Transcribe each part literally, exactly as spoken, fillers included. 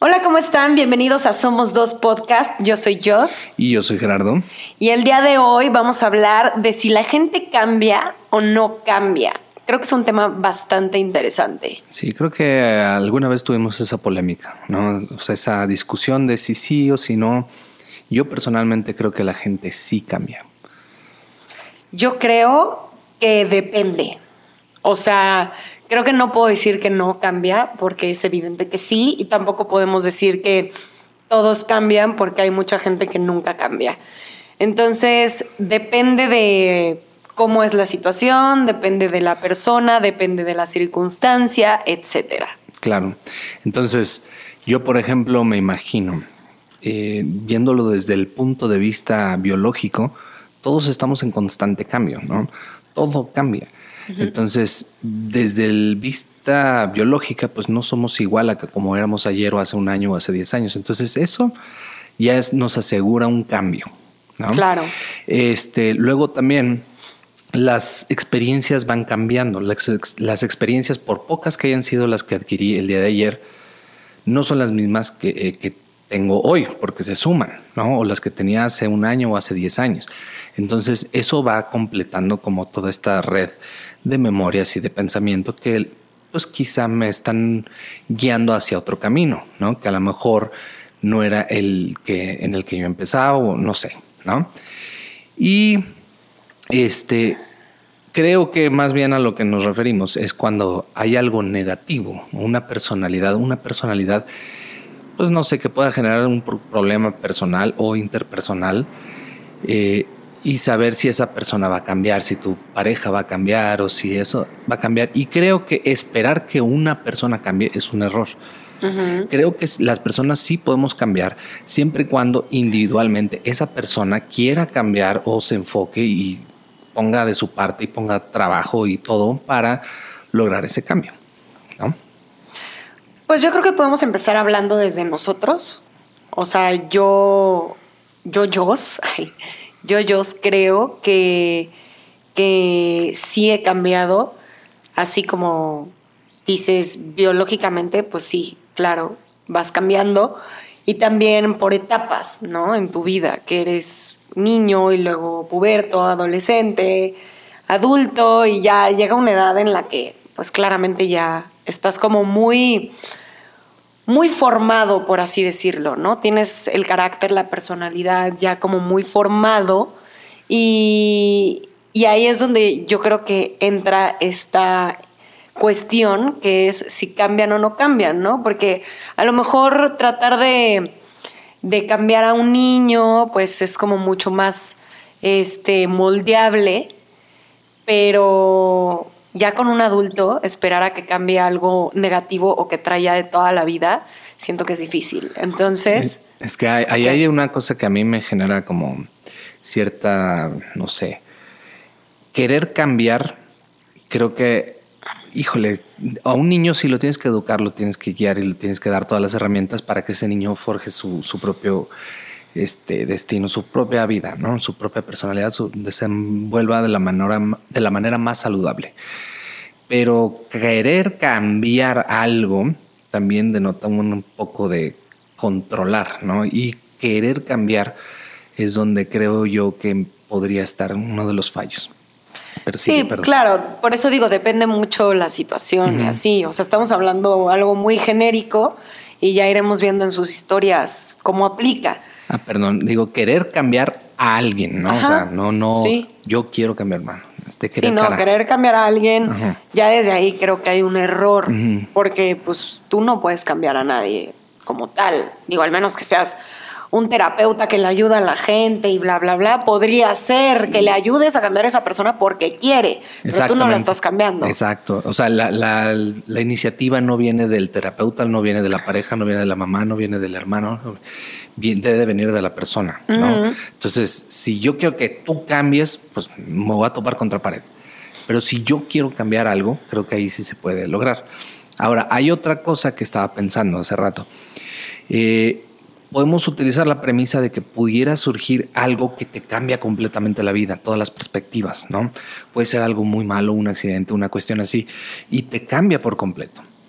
Hola, ¿cómo están? Bienvenidos a Somos Dos Podcast. Yo soy Jos. Y yo soy Gerardo. Y el día de hoy vamos a hablar de si la gente cambia o no cambia. Creo que es un tema bastante interesante. Sí, creo que alguna vez tuvimos esa polémica, ¿no? O sea, esa discusión de si sí o si no. Yo personalmente creo que la gente sí cambia. Yo creo que depende. O sea, creo que no puedo decir que no cambia porque es evidente que sí, y tampoco podemos decir que todos cambian porque hay mucha gente que nunca cambia. Entonces, depende de cómo es la situación, depende de la persona, depende de la circunstancia, etcétera. Claro. Entonces, yo, por ejemplo, me imagino, eh, viéndolo desde el punto de vista biológico, todos estamos en constante cambio, ¿no? Todo cambia. Uh-huh. Entonces, desde el vista biológica, pues no somos igual a que como éramos ayer o hace un año o hace diez años. Entonces, eso ya es, nos asegura un cambio, ¿no? Claro. Este, luego también las experiencias van cambiando. Las, las experiencias, por pocas que hayan sido las que adquirí el día de ayer, no son las mismas que, eh, que tengo hoy, porque se suman, ¿no? O las que tenía hace un año o hace diez años. Entonces, eso va completando como toda esta red de memorias y de pensamiento que, pues, quizá me están guiando hacia otro camino, ¿no? Que a lo mejor no era el que en el que yo empezaba o no sé, ¿no? Y este, creo que más bien a lo que nos referimos es cuando hay algo negativo, una personalidad, una personalidad, pues no sé, que pueda generar un problema personal o interpersonal, eh, y saber si esa persona va a cambiar, si tu pareja va a cambiar o si eso va a cambiar. Y creo que esperar que una persona cambie es un error. Uh-huh. Creo que las personas sí podemos cambiar siempre y cuando individualmente esa persona quiera cambiar o se enfoque y ponga de su parte y ponga trabajo y todo para lograr ese cambio, ¿no? Pues yo creo que podemos empezar hablando desde nosotros. O sea, yo, yo, yo, yo, yo creo que, que sí he cambiado, así como dices biológicamente, pues sí, claro, vas cambiando. Y también por etapas, ¿no? En tu vida, que eres niño y luego puberto, adolescente, adulto, y ya llega una edad en la que, pues claramente ya estás como muy, muy formado, por así decirlo, ¿no? Tienes el carácter, la personalidad ya como muy formado, y, y ahí es donde yo creo que entra esta cuestión, que es si cambian o no cambian, ¿no? Porque a lo mejor tratar de, de cambiar a un niño, pues es como mucho más este, moldeable, pero ya con un adulto esperar a que cambie algo negativo o que traiga de toda la vida, siento que es difícil. Entonces... Es, es que hay, hay, hay una cosa que a mí me genera como cierta, no sé, querer cambiar. Creo que, híjole, a un niño si lo tienes que educar, lo tienes que guiar y le tienes que dar todas las herramientas para que ese niño forje su, su propio este, destino, su propia vida, ¿no? Su propia personalidad, su desenvuelva de la manera, de la manera más saludable. Pero querer cambiar algo también denota un poco de controlar, ¿no? Y querer cambiar es donde creo yo que podría estar uno de los fallos. Pero sí, sí, claro, por eso digo, depende mucho la situación, uh-huh. y así, o sea, estamos hablando algo muy genérico y ya iremos viendo en sus historias cómo aplica. Ah, perdón, digo, querer cambiar a alguien, ¿no? Ajá. O sea, no, no, sí. Yo quiero cambiar, hermano. Este, sí, no, cara. Querer cambiar a alguien, uh-huh. ya desde ahí creo que hay un error, uh-huh. porque pues tú no puedes cambiar a nadie como tal, digo, al menos que seas un terapeuta que le ayuda a la gente y bla, bla, bla, podría ser que le ayudes a cambiar a esa persona porque quiere, pero tú no la estás cambiando. Exacto. O sea, la, la, la iniciativa no viene del terapeuta, no viene de la pareja, no viene de la mamá, no viene del hermano, debe venir de la persona, ¿no? Uh-huh. Entonces, si yo quiero que tú cambies, pues me voy a topar contra pared. Pero si yo quiero cambiar algo, creo que ahí sí se puede lograr. Ahora, hay otra cosa que estaba pensando hace rato. Eh, podemos utilizar la premisa de que pudiera surgir algo que te cambia completamente la vida, todas las perspectivas, ¿no? Puede ser algo muy malo, un accidente, una cuestión así, y te cambia por completo.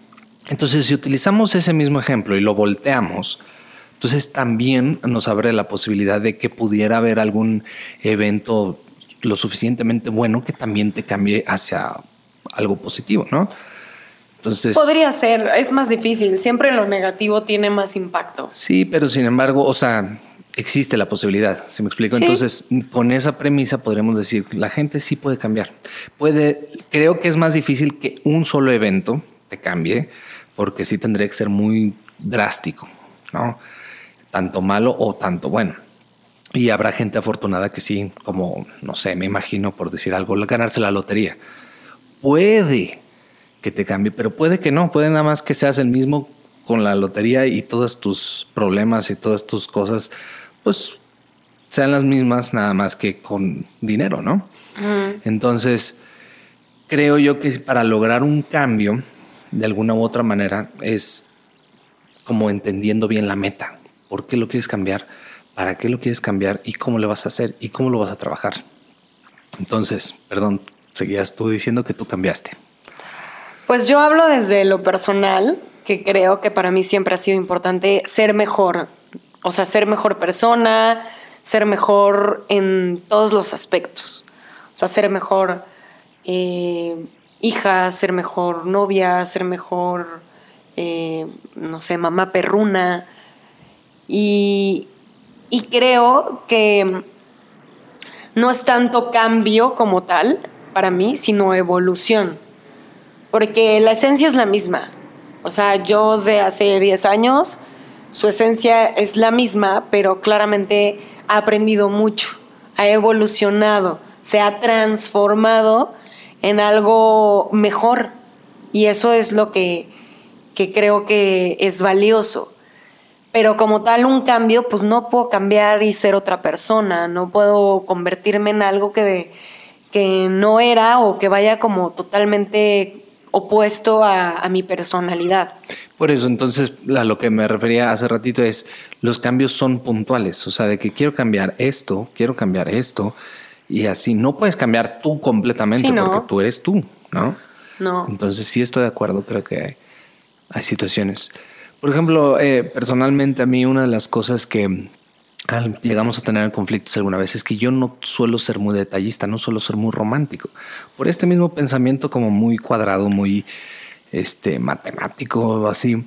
Entonces, si utilizamos ese mismo ejemplo y lo volteamos, entonces también nos abre la posibilidad de que pudiera haber algún evento lo suficientemente bueno que también te cambie hacia algo positivo, ¿no? Entonces, podría ser, es más difícil. Siempre lo negativo tiene más impacto. Sí, pero sin embargo, o sea, existe la posibilidad, ¿se me explico? Sí. Entonces, con esa premisa podríamos decir, la gente sí puede cambiar. Puede, creo que es más difícil que un solo evento te cambie, porque sí tendría que ser muy drástico, ¿no? Tanto malo o tanto bueno. Y habrá gente afortunada que sí, como, no sé, me imagino, por decir algo, ganarse la lotería. Puede que te cambie, pero puede que no, puede nada más que seas el mismo con la lotería y todos tus problemas y todas tus cosas, pues sean las mismas, nada más que con dinero, ¿no? Uh-huh. Entonces, creo yo que para lograr un cambio, de alguna u otra manera, es como entendiendo bien la meta. ¿Por qué lo quieres cambiar? ¿Para qué lo quieres cambiar? ¿Y cómo le vas a hacer? ¿Y cómo lo vas a trabajar? Entonces, perdón, seguías tú diciendo que tú cambiaste. Pues yo hablo desde lo personal, que creo que para mí siempre ha sido importante ser mejor. O sea, ser mejor persona, ser mejor en todos los aspectos. O sea, ser mejor eh, hija, ser mejor novia, ser mejor, eh, no sé, mamá perruna. Y, y creo que no es tanto cambio como tal para mí, sino evolución. Porque la esencia es la misma. O sea, yo de hace diez años, su esencia es la misma, pero claramente ha aprendido mucho, ha evolucionado, se ha transformado en algo mejor. Y eso es lo que, que creo que es valioso. Pero como tal, un cambio, pues no puedo cambiar y ser otra persona. No puedo convertirme en algo que, que no era o que vaya como totalmente opuesto a, a mi personalidad. Por eso, entonces, a lo que me refería hace ratito es, los cambios son puntuales, o sea, de que quiero cambiar esto, quiero cambiar esto, y así. No puedes cambiar tú completamente, sí, ¿no? Porque tú eres tú, ¿no? No. Entonces, sí estoy de acuerdo, creo que hay, hay situaciones. Por ejemplo, eh, personalmente a mí una de las cosas que llegamos a tener conflictos alguna vez es que yo no suelo ser muy detallista, no suelo ser muy romántico. Por este mismo pensamiento como muy cuadrado, muy este, matemático, así.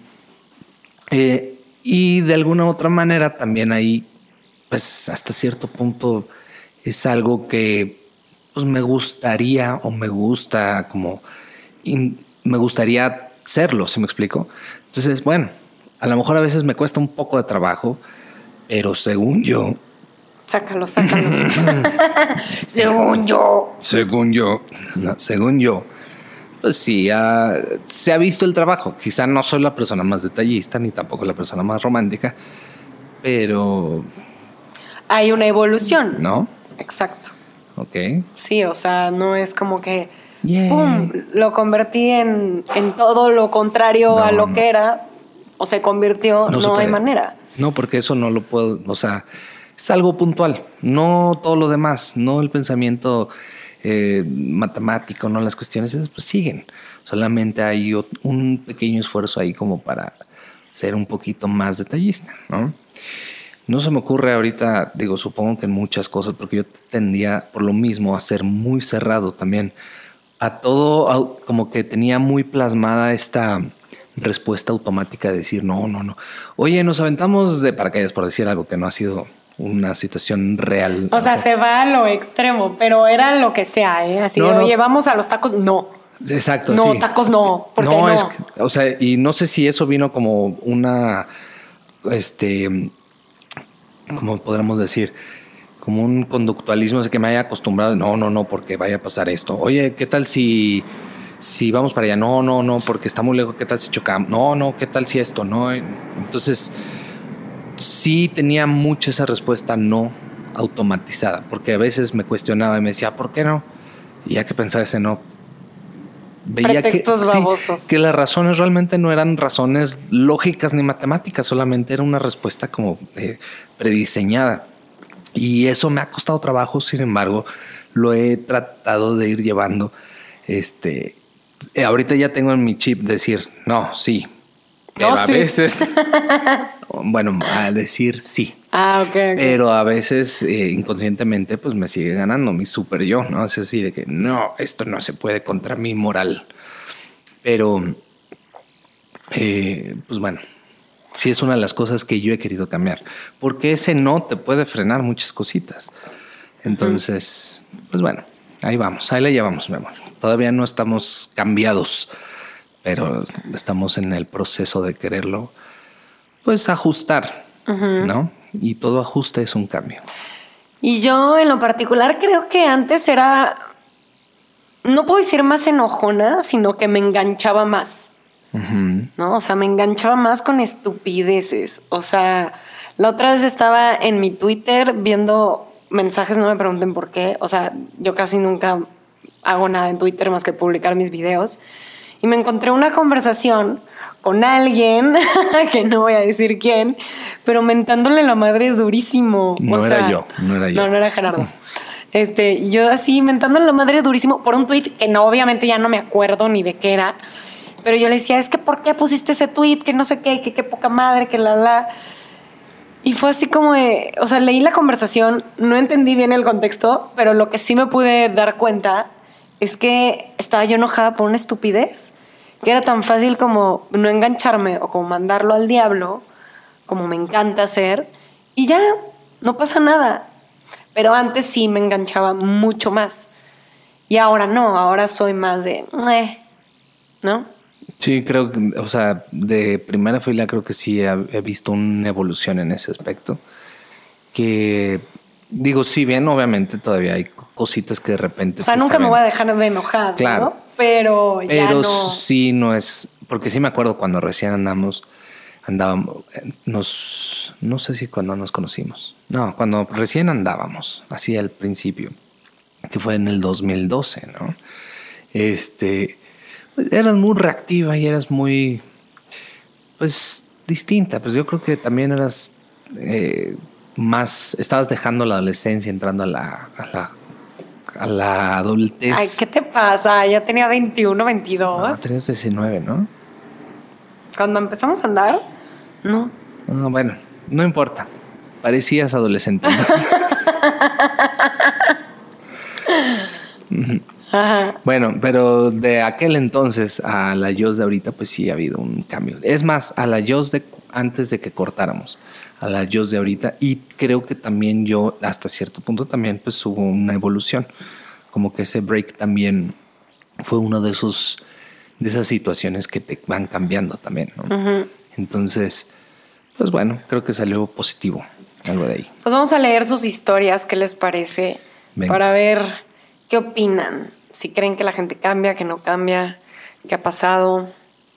Eh, y de alguna u otra manera también ahí, pues hasta cierto punto es algo que pues me gustaría o me gusta como in, me gustaría serlo, ¿sí me explico? Entonces, bueno, a lo mejor a veces me cuesta un poco de trabajo, pero según yo... Sácalo, sácalo. según yo. Según yo. No, según yo. Pues sí, uh, se ha visto el trabajo. Quizá no soy la persona más detallista, ni tampoco la persona más romántica, pero... hay una evolución. ¿No? Exacto. Ok. Sí, o sea, no es como que... Yeah. ¡Pum! Lo convertí en, en todo lo contrario no, a lo no. que era. O se convirtió. No, no hay manera. No, porque eso no lo puedo... O sea, es algo puntual. No todo lo demás. No el pensamiento eh, matemático, no las cuestiones. Pues siguen. Solamente hay un pequeño esfuerzo ahí como para ser un poquito más detallista, ¿no? No se me ocurre ahorita, digo, supongo que en muchas cosas, porque yo tendía por lo mismo a ser muy cerrado también. A todo, como que tenía muy plasmada esta respuesta automática de decir no, no, no. Oye, nos aventamos de paracaídas, por decir algo que no ha sido una situación real. O sea, se va a lo extremo, pero era lo que sea, ¿eh? Así, no, no. Oye, vamos a los tacos, no. Exacto. No, sí. tacos no. ¿Por qué no, no? Es que, o sea, y no sé si eso vino como una, este, ¿cómo podríamos decir? Como un conductualismo, así que me haya acostumbrado. No, no, no, porque vaya a pasar esto. Oye, ¿qué tal si, si vamos para allá? No, no, no, porque está muy lejos. ¿Qué tal si chocamos? No, no, ¿qué tal si esto? No. Entonces, sí tenía mucho esa respuesta no automatizada, porque a veces me cuestionaba y me decía, ¿por qué no? Y ya que pensaba ese no, veía que, babosos. Sí, que las razones realmente no eran razones lógicas ni matemáticas, solamente era una respuesta como eh, prediseñada. Y eso me ha costado trabajo, sin embargo, lo he tratado de ir llevando este, eh, ahorita ya tengo en mi chip decir, no, sí. Pero no, a sí. veces, bueno, a decir sí. Ah, ok, ok. Pero a veces eh, inconscientemente pues me sigue ganando mi super yo, ¿no? Es así de que no, esto no se puede contra mi moral. Pero, eh, pues bueno, sí es una de las cosas que yo he querido cambiar. Porque ese no te puede frenar muchas cositas. Entonces, uh-huh. pues bueno, ahí vamos, ahí le llevamos, mi amor. Todavía no estamos cambiados, pero estamos en el proceso de quererlo, pues ajustar, uh-huh. ¿no? Y todo ajuste es un cambio. Y yo en lo particular creo que antes era, no puedo decir más enojona, sino que me enganchaba más. Uh-huh. ¿No? O sea, me enganchaba más con estupideces. O sea, la otra vez estaba en mi Twitter viendo mensajes, no me pregunten por qué. O sea, yo casi nunca hago nada en Twitter más que publicar mis videos. Y me encontré una conversación con alguien, que no voy a decir quién, pero mentándole la madre durísimo. No o era sea, yo, no era yo. No, no era Gerardo. Este, yo así mentándole la madre durísimo por un tweet que no, obviamente ya no me acuerdo ni de qué era. Pero yo le decía, es que ¿por qué pusiste ese tweet? Que no sé qué, que qué poca madre, que la la. Y fue así como de, o sea, leí la conversación, no entendí bien el contexto, pero lo que sí me pude dar cuenta es que estaba yo enojada por una estupidez, que era tan fácil como no engancharme o como mandarlo al diablo, como me encanta hacer, y ya, no pasa nada. Pero antes sí me enganchaba mucho más. Y ahora no, ahora soy más de, eh, ¿no? Sí, creo que, o sea, de primera fila creo que sí he, he visto una evolución en ese aspecto. Que, digo, sí bien, obviamente todavía hay cositas que de repente... O sea, nunca saben. Me voy a dejar de enojar, claro, ¿no? Pero ya pero no... sí no es... Porque sí me acuerdo cuando recién andamos, andábamos, nos... No sé si cuando nos conocimos. No, cuando recién andábamos, así al principio, que fue en el dos mil doce, ¿no? Este... Eras muy reactiva y eras muy, pues, distinta. Pues yo creo que también eras eh, más, estabas dejando la adolescencia, entrando a la, a la, a la adultez. Ay, ¿qué te pasa? Ya tenía veintiuno, veintidós. No, tenías diecinueve, ¿no? Cuando empezamos a andar, no. No, bueno, no importa. Parecías adolescente. Ajá. Bueno, pero de aquel entonces a la Jos de ahorita, pues sí ha habido un cambio. Es más, a la Jos de antes de que cortáramos, a la Jos de ahorita, y creo que también yo, hasta cierto punto también, pues hubo una evolución. Como que ese break también fue uno de esos, de esas situaciones que te van cambiando también, ¿no? Uh-huh. Entonces, pues bueno, creo que salió positivo, algo de ahí. Pues vamos a leer sus historias, ¿qué les parece? Venga. Para ver qué opinan. Si creen que la gente cambia, que no cambia, qué ha pasado.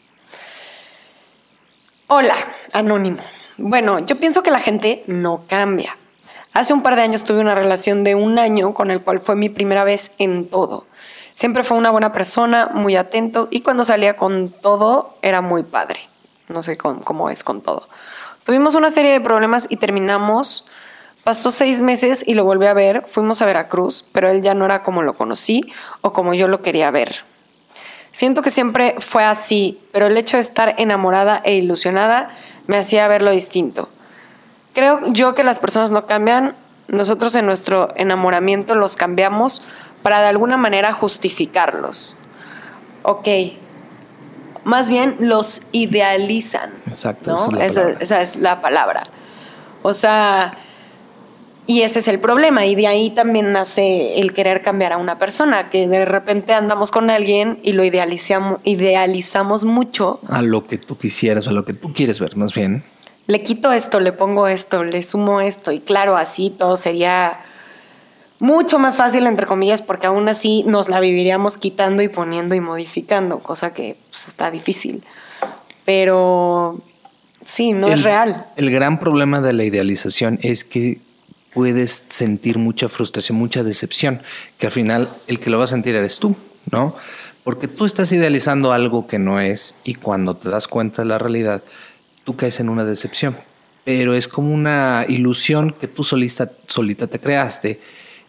Hola, anónimo. Bueno, yo pienso que la gente no cambia. Hace un par de años tuve una relación de un año con el cual fue mi primera vez en todo. Siempre fue una buena persona, muy atento, y cuando salía con todo era muy padre. No sé cómo, cómo es con todo. Tuvimos una serie de problemas y terminamos. Pasó seis meses y lo volví a ver. Fuimos a Veracruz, pero él ya no era como lo conocí o como yo lo quería ver. Siento que siempre fue así, pero el hecho de estar enamorada e ilusionada me hacía verlo distinto. Creo yo que las personas no cambian. Nosotros en nuestro enamoramiento los cambiamos para de alguna manera justificarlos. Ok. Más bien los idealizan. Exacto. ¿no? Esa es la esa, esa es la palabra. O sea... Y ese es el problema, y de ahí también nace el querer cambiar a una persona, que de repente andamos con alguien y lo idealizamos, idealizamos mucho. A lo que tú quisieras o a lo que tú quieres ver, más bien. Le quito esto, le pongo esto, le sumo esto, y claro, así todo sería mucho más fácil, entre comillas, porque aún así nos la viviríamos quitando y poniendo y modificando, cosa que pues, está difícil. Pero sí, no el, es real. El gran problema de la idealización es que puedes sentir mucha frustración, mucha decepción, que al final el que lo va a sentir eres tú, ¿no? Porque tú estás idealizando algo que no es, y cuando te das cuenta de la realidad, tú caes en una decepción. Pero es como una ilusión que tú solita, solita te creaste,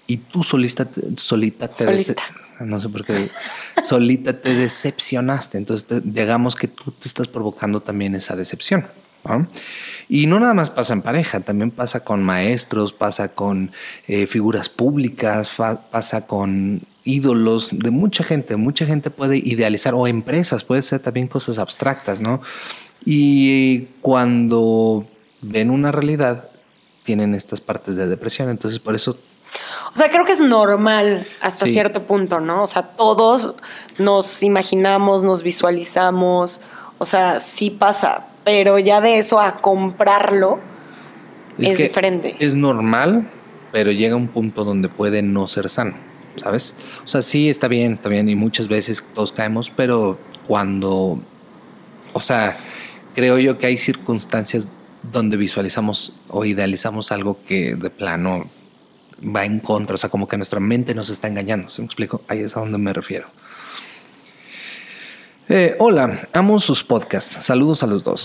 y tú solita, solita te Solista. dece- no sé por qué solita te decepcionaste. Entonces te, digamos que tú te estás provocando también esa decepción, ¿no? Y no nada más pasa en pareja, también pasa con maestros, pasa con eh, figuras públicas, fa- pasa con ídolos de mucha gente. Mucha gente puede idealizar, o empresas, puede ser también cosas abstractas, ¿no? Y cuando ven una realidad, tienen estas partes de depresión. Entonces, por eso... O sea, creo que es normal hasta Sí. cierto punto, ¿no? O sea, todos nos imaginamos, nos visualizamos, o sea, sí pasa, pero ya de eso a comprarlo es, que diferente. Es normal, pero llega un punto donde puede no ser sano, ¿sabes? O sea, sí, está bien, está bien, y muchas veces todos caemos, pero cuando... O sea, creo yo que hay circunstancias donde visualizamos o idealizamos algo que de plano va en contra, o sea, como que nuestra mente nos está engañando. ¿Se me explico? Ahí es a donde me refiero. Eh, hola, amo sus podcasts. Saludos a los dos.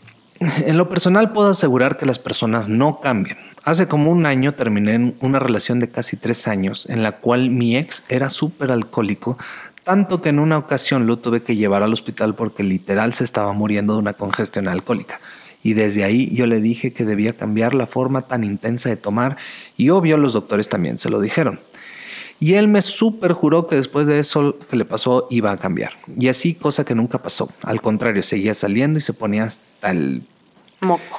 En lo personal puedo asegurar que las personas no cambian. Hace como un año terminé una relación de casi tres años en la cual mi ex era súper alcohólico, tanto que en una ocasión lo tuve que llevar al hospital porque literal se estaba muriendo de una congestión alcohólica. Y desde ahí yo le dije que debía cambiar la forma tan intensa de tomar y obvio los doctores también se lo dijeron. Y él me súper juró que después de eso que le pasó iba a cambiar. Y así, cosa que nunca pasó. Al contrario, seguía saliendo y se ponía hasta el Moco.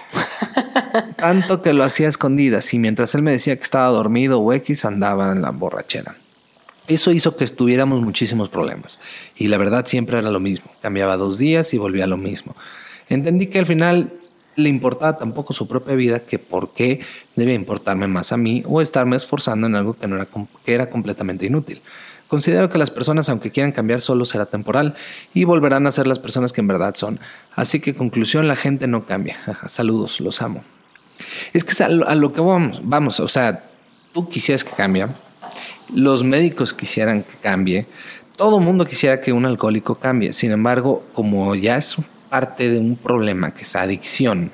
tanto que lo hacía a escondidas y mientras él me decía que estaba dormido o X andaba en la borrachera. Eso hizo que tuviéramos muchísimos problemas y la verdad siempre era lo mismo. Cambiaba dos días y volvía a lo mismo. Entendí que al final le importaba tan poco su propia vida que por qué debía importarme más a mí o estarme esforzando en algo que, no era, que era completamente inútil. Considero que las personas, aunque quieran cambiar, solo será temporal y volverán a ser las personas que en verdad son. Así que, conclusión, la gente no cambia. Saludos, los amo. Es que es a lo, a lo que vamos, vamos, o sea, tú quisieras que cambie, los médicos quisieran que cambie, todo el mundo quisiera que un alcohólico cambie. Sin embargo, como ya es parte de un problema que es adicción,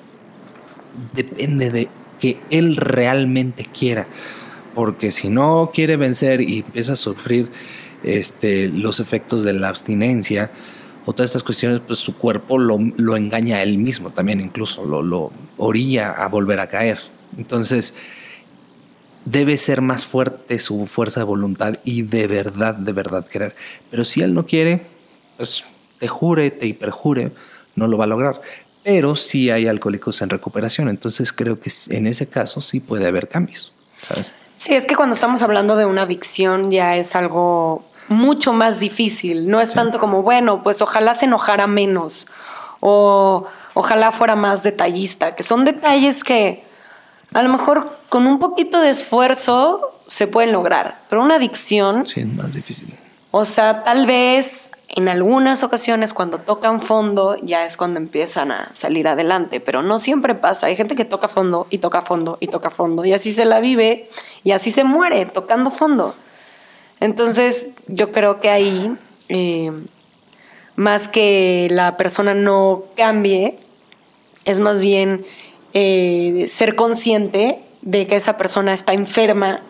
depende de que él realmente quiera. Porque si no quiere vencer y empieza a sufrir este, los efectos de la abstinencia o todas estas cuestiones, pues su cuerpo lo, lo engaña a él mismo también, incluso lo, lo orilla a volver a caer. Entonces, debe ser más fuerte su fuerza de voluntad y de verdad, de verdad querer. Pero si él no quiere, pues te jure, te hiperjure, no lo va a lograr. Pero sí hay alcohólicos en recuperación, entonces creo que en ese caso sí puede haber cambios, ¿sabes? Sí, es que cuando estamos hablando de una adicción ya es algo mucho más difícil. No es sí. tanto como, bueno, pues ojalá se enojara menos o ojalá fuera más detallista, que son detalles que a lo mejor con un poquito de esfuerzo se pueden lograr. Pero una adicción... Sí, es más difícil. O sea, tal vez en algunas ocasiones cuando tocan fondo ya es cuando empiezan a salir adelante, pero no siempre pasa. Hay gente que toca fondo y toca fondo y toca fondo y así se la vive y así se muere tocando fondo. Entonces yo creo que ahí, eh, más que la persona no cambie, es más bien eh, ser consciente de que esa persona está enferma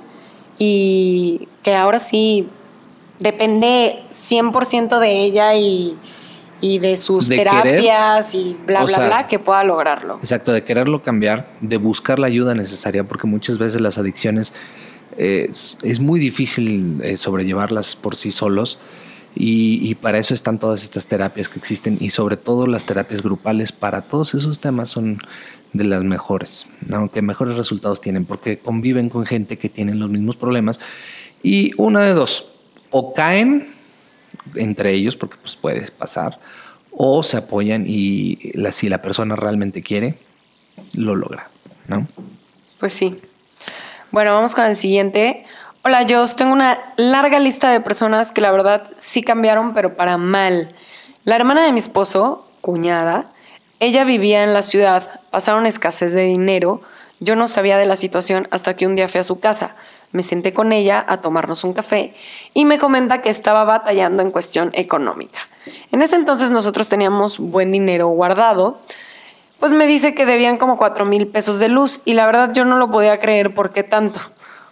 y que ahora sí... Depende cien por ciento de ella y, y de sus de terapias querer, y bla, bla, sea, bla, que pueda lograrlo. Exacto, de quererlo cambiar, de buscar la ayuda necesaria, porque muchas veces las adicciones eh, es, es muy difícil eh, sobrellevarlas por sí solos y, y para eso están todas estas terapias que existen y sobre todo las terapias grupales para todos esos temas son de las mejores, aunque mejores resultados tienen, porque conviven con gente que tiene los mismos problemas y una de dos. O caen entre ellos, porque pues puede pasar, o se apoyan y la, si la persona realmente quiere, lo logra, ¿no? Pues sí. Bueno, vamos con el siguiente. Hola, Jos, tengo una larga lista de personas que la verdad sí cambiaron, pero para mal. La hermana de mi esposo, cuñada, ella vivía en la ciudad, pasaron escasez de dinero, yo no sabía de la situación hasta que un día fui a su casa. Me senté con ella a tomarnos un café y me comenta que estaba batallando en cuestión económica. En ese entonces nosotros teníamos buen dinero guardado, pues me dice que debían como cuatro mil pesos de luz y la verdad yo no lo podía creer. ¿Por qué tanto?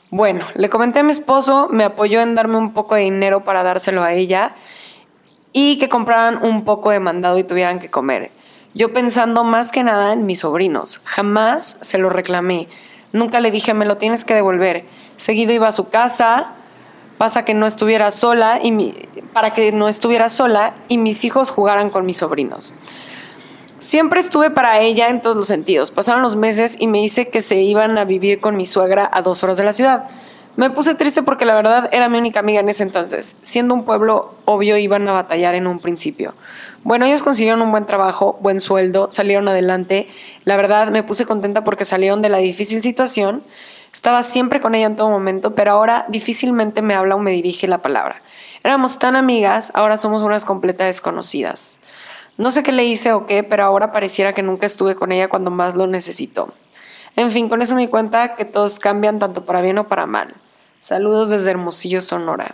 Bueno, le comenté a mi esposo, me apoyó en darme un poco de dinero para dárselo a ella y que compraran un poco de mandado y tuvieran que comer. Yo pensando más que nada en mis sobrinos. Jamás se lo reclamé. Nunca le dije, me lo tienes que devolver. Seguido iba a su casa, pasa que no estuviera sola y mi, para que no estuviera sola y mis hijos jugaran con mis sobrinos. Siempre estuve para ella en todos los sentidos. Pasaron los meses y me dice que se iban a vivir con mi suegra a dos horas de la ciudad. Me puse triste porque la verdad era mi única amiga en ese entonces. Siendo un pueblo, obvio, iban a batallar en un principio. Bueno, ellos consiguieron un buen trabajo, buen sueldo, salieron adelante. La verdad, me puse contenta porque salieron de la difícil situación. Estaba siempre con ella en todo momento, pero ahora difícilmente me habla o me dirige la palabra. Éramos tan amigas, ahora somos unas completas desconocidas. No sé qué le hice o qué, pero ahora pareciera que nunca estuve con ella cuando más lo necesitó. En fin, con eso me di cuenta que todos cambian tanto para bien o para mal. Saludos desde Hermosillo, Sonora.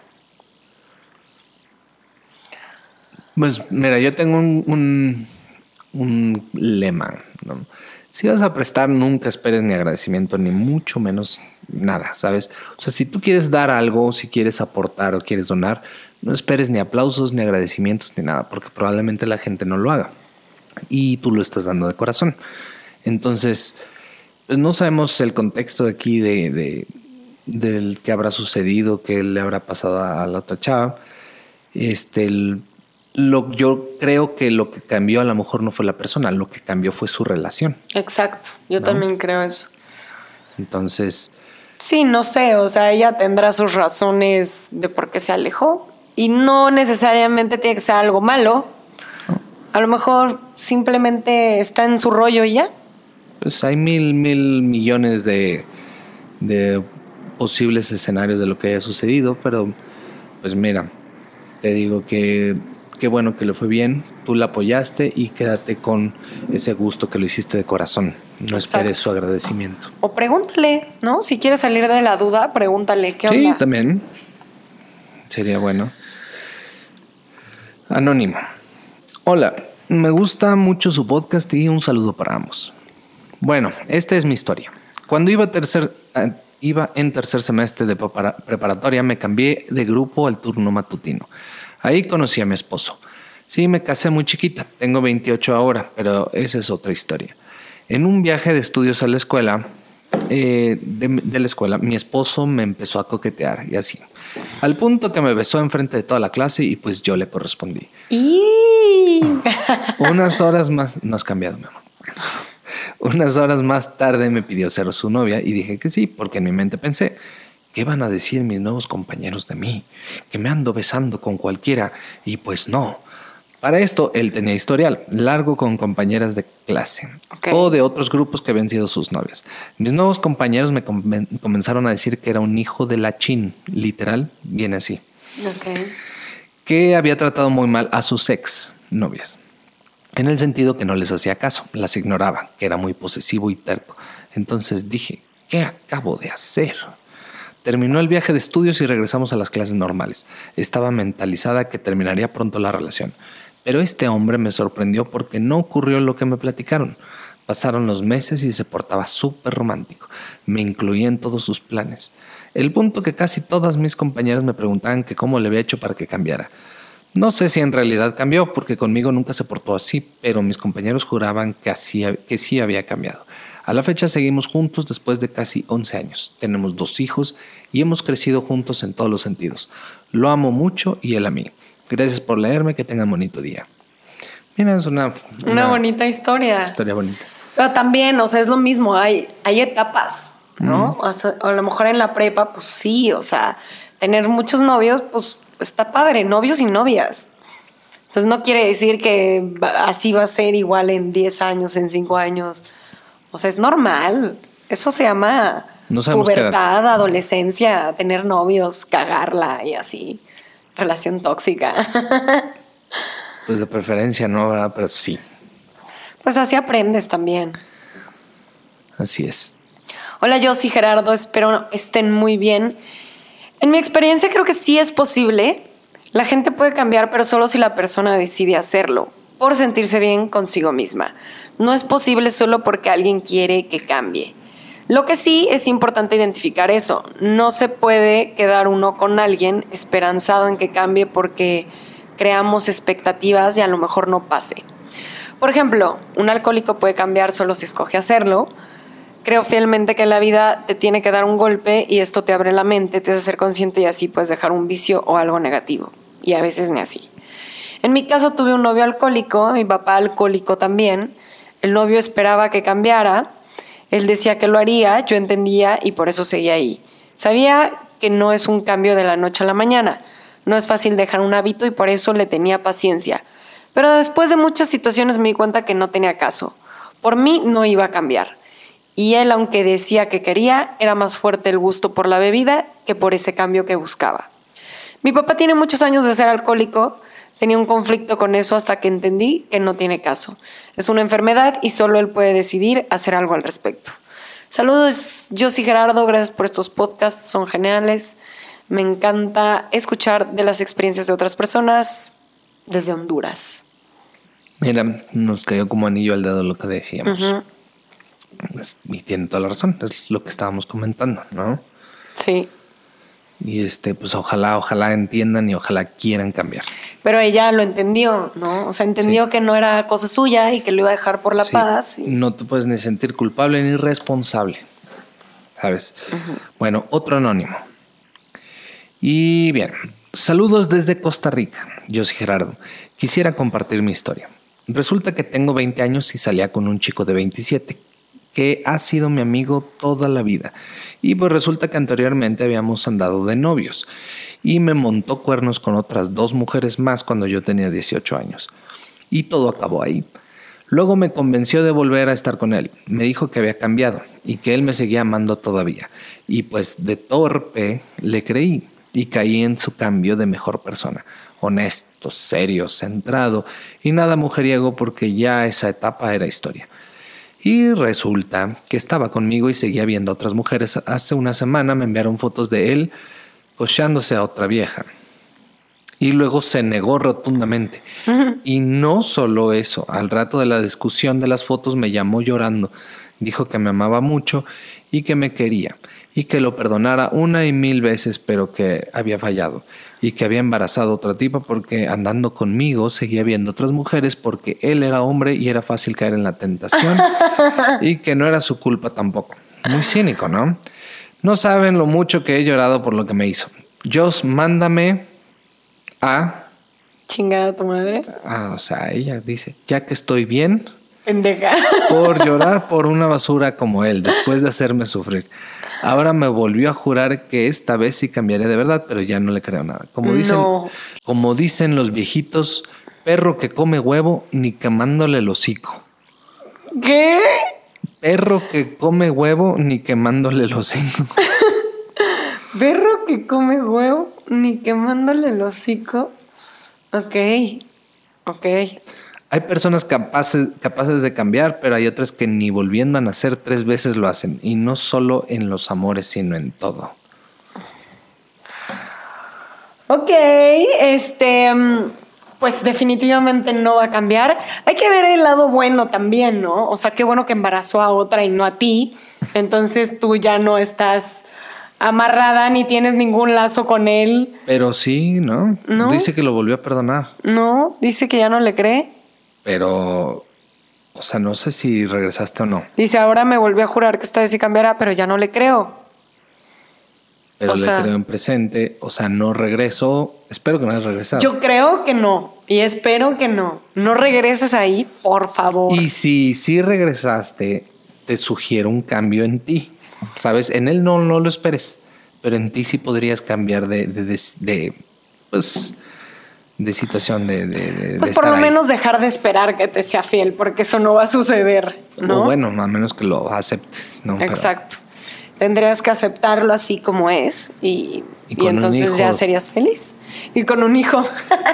Pues mira, yo tengo un, un, un lema, ¿no? Si vas a prestar, nunca esperes ni agradecimiento, ni mucho menos nada, ¿sabes? O sea, si tú quieres dar algo, si quieres aportar o quieres donar, no esperes ni aplausos, ni agradecimientos, ni nada, porque probablemente la gente no lo haga. Y tú lo estás dando de corazón. Entonces, pues no sabemos el contexto de aquí de... de del que habrá sucedido, qué le habrá pasado a la otra chava. Este, el, lo, yo creo que lo que cambió a lo mejor no fue la persona, lo que cambió fue su relación. Exacto, yo ¿no? también creo eso. Entonces... Sí, no sé, o sea, ella tendrá sus razones de por qué se alejó y no necesariamente tiene que ser algo malo. No. A lo mejor simplemente está en su rollo y ya. Pues hay mil, mil millones de... de posibles escenarios de lo que haya sucedido, pero pues mira, te digo que qué bueno que le fue bien, tú la apoyaste y quédate con ese gusto que lo hiciste de corazón, no esperes Exacto. su agradecimiento. O pregúntale, ¿no? Si quieres salir de la duda, pregúntale qué onda. Sí, también sería bueno. Anónimo. Hola, me gusta mucho su podcast y un saludo para ambos. Bueno, esta es mi historia. Cuando iba a tercer... A, Iba en tercer semestre de preparatoria, me cambié de grupo al turno matutino. Ahí conocí a mi esposo. Sí, me casé muy chiquita, tengo veintiocho ahora, pero esa es otra historia. En un viaje de estudios a la escuela, eh, de, de la escuela, mi esposo me empezó a coquetear y así. Al punto que me besó enfrente de toda la clase y pues yo le correspondí. Y... Unas horas más, no has cambiado, mi amor. Unas horas más tarde me pidió ser su novia y dije que sí, porque en mi mente pensé, ¿qué van a decir mis nuevos compañeros de mí? Que me ando besando con cualquiera y pues no. Para esto, él tenía historial largo con compañeras de clase okay. o de otros grupos que habían sido sus novias. Mis nuevos compañeros me com- comenzaron a decir que era un hijo de la chin, literal, viene así. Okay. Que había tratado muy mal a sus ex novias. En el sentido que no les hacía caso, las ignoraba, que era muy posesivo y terco. Entonces dije, ¿qué acabo de hacer? Terminó el viaje de estudios y regresamos a las clases normales. Estaba mentalizada que terminaría pronto la relación. Pero este hombre me sorprendió porque no ocurrió lo que me platicaron. Pasaron los meses y se portaba súper romántico. Me incluía en todos sus planes. El punto que casi todas mis compañeras me preguntaban que cómo le había hecho para que cambiara. No sé si en realidad cambió, porque conmigo nunca se portó así, pero mis compañeros juraban que, así, que sí había cambiado. A la fecha seguimos juntos después de casi once años. Tenemos dos hijos y hemos crecido juntos en todos los sentidos. Lo amo mucho y él a mí. Gracias por leerme, que tengan bonito día. Mira, es una... Una, una bonita historia. Historia bonita. Pero también, o sea, es lo mismo, hay, hay etapas, ¿no? Mm. O sea, a lo mejor en la prepa, pues sí, o sea, tener muchos novios, pues... está padre, novios y novias. Entonces no quiere decir que así va a ser igual en diez años, en cinco años. O sea, es normal. Eso se llama no pubertad, adolescencia, tener novios, cagarla y así. Relación tóxica. Pues de preferencia no, ¿verdad? Pero sí. Pues así aprendes también. Así es. Hola, yo soy Gerardo. Espero estén muy bien. En mi experiencia creo que sí es posible. La gente puede cambiar, pero solo si la persona decide hacerlo, por sentirse bien consigo misma. No es posible solo porque alguien quiere que cambie. Lo que sí es importante identificar eso. No se puede quedar uno con alguien esperanzado en que cambie porque creamos expectativas y a lo mejor no pase. Por ejemplo, un alcohólico puede cambiar solo si escoge hacerlo. Creo fielmente que la vida te tiene que dar un golpe y esto te abre la mente, te hace ser consciente y así puedes dejar un vicio o algo negativo. Y a veces ni así. En mi caso tuve un novio alcohólico, mi papá alcohólico también. El novio esperaba que cambiara. Él decía que lo haría, yo entendía y por eso seguía ahí. Sabía que no es un cambio de la noche a la mañana. No es fácil dejar un hábito y por eso le tenía paciencia. Pero después de muchas situaciones me di cuenta que no tenía caso. Por mí no iba a cambiar. Y él, aunque decía que quería, era más fuerte el gusto por la bebida que por ese cambio que buscaba. Mi papá tiene muchos años de ser alcohólico. Tenía un conflicto con eso hasta que entendí que no tiene caso. Es una enfermedad y solo él puede decidir hacer algo al respecto. Saludos, Joss y Gerardo. Gracias por estos podcasts, son geniales. Me encanta escuchar de las experiencias de otras personas desde Honduras. Mira, nos cayó como anillo al dedo lo que decíamos. Uh-huh. Es, y tiene toda la razón, es lo que estábamos comentando, ¿no? Sí. Y este, pues ojalá, ojalá entiendan y ojalá quieran cambiar. Pero ella lo entendió, ¿no? O sea, entendió sí. que no era cosa suya y que lo iba a dejar por la sí. paz. Y... no te puedes ni sentir culpable ni responsable, ¿sabes? Uh-huh. Bueno, otro anónimo. Y bien, saludos desde Costa Rica. Yo soy Gerardo. Quisiera compartir mi historia. Resulta que tengo veinte años y salía con un chico de veintisiete que ha sido mi amigo toda la vida. Y pues resulta que anteriormente habíamos andado de novios y me montó cuernos con otras dos mujeres más cuando yo tenía dieciocho años. Y todo acabó ahí. Luego me convenció de volver a estar con él. Me dijo que había cambiado y que él me seguía amando todavía. Y pues de torpe le creí y caí en su cambio de mejor persona. Honesto, serio, centrado y nada mujeriego porque ya esa etapa era historia. Y resulta que estaba conmigo y seguía viendo a otras mujeres. Hace una semana me enviaron fotos de él cochándose a otra vieja. Y luego se negó rotundamente. Uh-huh. Y no solo eso, al rato de la discusión de las fotos me llamó llorando. Dijo que me amaba mucho y que me quería. Y que lo perdonara una y mil veces, pero que había fallado. Y que había embarazado a otra tipa porque andando conmigo seguía viendo otras mujeres porque él era hombre y era fácil caer en la tentación. Y que no era su culpa tampoco. Muy cínico, ¿no? No saben lo mucho que he llorado por lo que me hizo. Joss, mándame a... chingada tu madre. Ah, o sea, ella dice, ya que estoy bien... pendeja. Por llorar por una basura como él, después de hacerme sufrir. Ahora me volvió a jurar que esta vez sí cambiaré de verdad, pero ya no le creo nada. Como dicen, no. como dicen los viejitos, perro que come huevo ni quemándole el hocico. ¿Qué? Perro que come huevo ni quemándole el hocico. Perro que come huevo ni quemándole el hocico. Ok, ok. Hay personas capaces, capaces de cambiar, pero hay otras que ni volviendo a nacer tres veces lo hacen. Y no solo en los amores, sino en todo. Ok, este, pues definitivamente no va a cambiar. Hay que ver el lado bueno también, ¿no? O sea, qué bueno que embarazó a otra y no a ti. Entonces tú ya no estás amarrada ni tienes ningún lazo con él. Pero sí, ¿no? ¿No? Dice que lo volvió a perdonar. No, dice que ya no le cree. Pero, o sea, no sé si regresaste o no. Dice, ahora me volvió a jurar que esta vez sí cambiará, pero ya no le creo. Pero o le sea, creo en presente, o sea, no regreso. Espero que no hayas regresado. Yo creo que no, y espero que no. No regreses ahí, por favor. Y si sí regresaste, te sugiero un cambio en ti. ¿Sabes? En él no, no lo esperes, pero en ti sí podrías cambiar de, de, de, de pues... de situación de, de, de pues de por lo ahí. menos dejar de esperar que te sea fiel, porque eso no va a suceder, ¿no? O bueno, a menos que lo aceptes, ¿no? Exacto. Pero... tendrías que aceptarlo así como es y, y, y entonces ya serías feliz. Y con un hijo.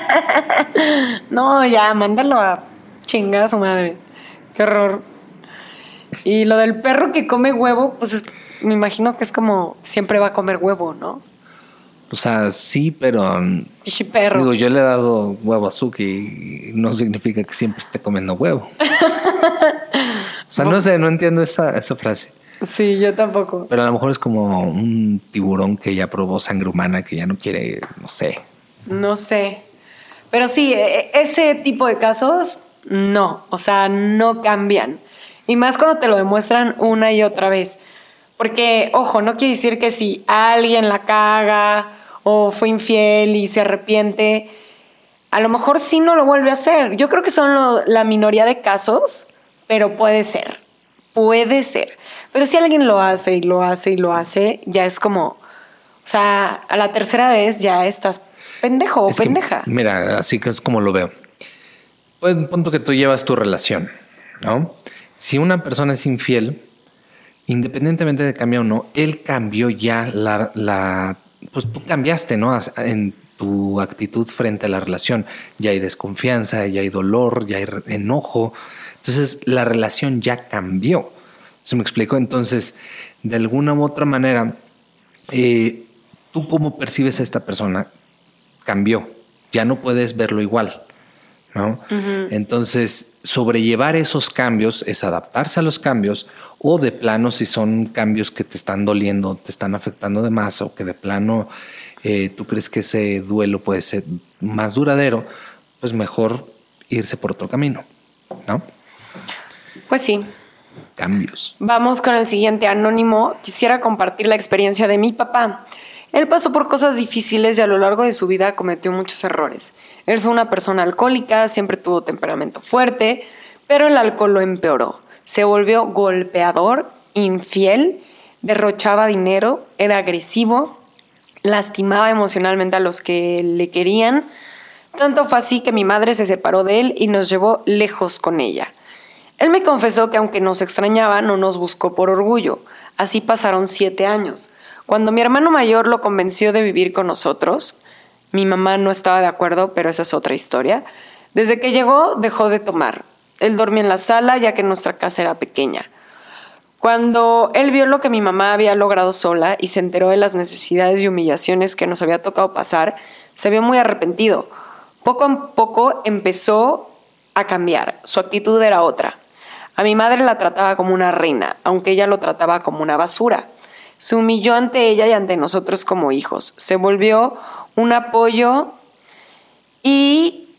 No, ya, mándalo a chingar a su madre. Qué horror. Y lo del perro que come huevo, pues es, me imagino que es como siempre va a comer huevo, ¿no? O sea, sí, pero... Pichi perro. Digo, yo le he dado huevo a Suki y no significa que siempre esté comiendo huevo. O sea, no sé, no entiendo esa, esa frase. Sí, yo tampoco. Pero a lo mejor es como un tiburón que ya probó sangre humana, que ya no quiere, no sé. No sé. Pero sí, ese tipo de casos, no. O sea, no cambian. Y más cuando te lo demuestran una y otra vez. Porque, ojo, no quiere decir que si alguien la caga o fue infiel y se arrepiente, a lo mejor sí no lo vuelve a hacer. Yo creo que son lo, la minoría de casos, pero puede ser. Puede ser. Pero si alguien lo hace y lo hace y lo hace, ya es como, o sea, a la tercera vez ya estás pendejo o es pendeja. Que, mira, así que es como lo veo. Pues punto que tú llevas tu relación, ¿no? Si una persona es infiel, independientemente de cambiar o no, él cambió ya la, la, pues tú cambiaste, ¿no? En tu actitud frente a la relación. Ya hay desconfianza, ya hay dolor, ya hay enojo. Entonces la relación ya cambió. ¿Se me explicó? Entonces, de alguna u otra manera, eh, tú cómo percibes a esta persona cambió. Ya no puedes verlo igual, ¿no? Uh-huh. Entonces, sobrellevar esos cambios es adaptarse a los cambios, o de plano, si son cambios que te están doliendo, te están afectando de más, o que de plano eh, tú crees que ese duelo puede ser más duradero, pues mejor irse por otro camino, ¿no? Pues sí. Cambios. Vamos con el siguiente anónimo. Quisiera compartir la experiencia de mi papá. Él pasó por cosas difíciles y a lo largo de su vida cometió muchos errores. Él fue una persona alcohólica, siempre tuvo temperamento fuerte, pero el alcohol lo empeoró. Se volvió golpeador, infiel, derrochaba dinero, era agresivo, lastimaba emocionalmente a los que le querían. Tanto fue así que mi madre se separó de él y nos llevó lejos con ella. Él me confesó que aunque nos extrañaba, no nos buscó por orgullo. Así pasaron siete años. Cuando mi hermano mayor lo convenció de vivir con nosotros, mi mamá no estaba de acuerdo, pero esa es otra historia. Desde que llegó, dejó de tomar. Él dormía en la sala, ya que nuestra casa era pequeña. Cuando él vio lo que mi mamá había logrado sola y se enteró de las necesidades y humillaciones que nos había tocado pasar, se vio muy arrepentido. Poco a poco empezó a cambiar. Su actitud era otra. A mi madre la trataba como una reina, aunque ella lo trataba como una basura. Se humilló ante ella y ante nosotros como hijos. Se volvió un apoyo y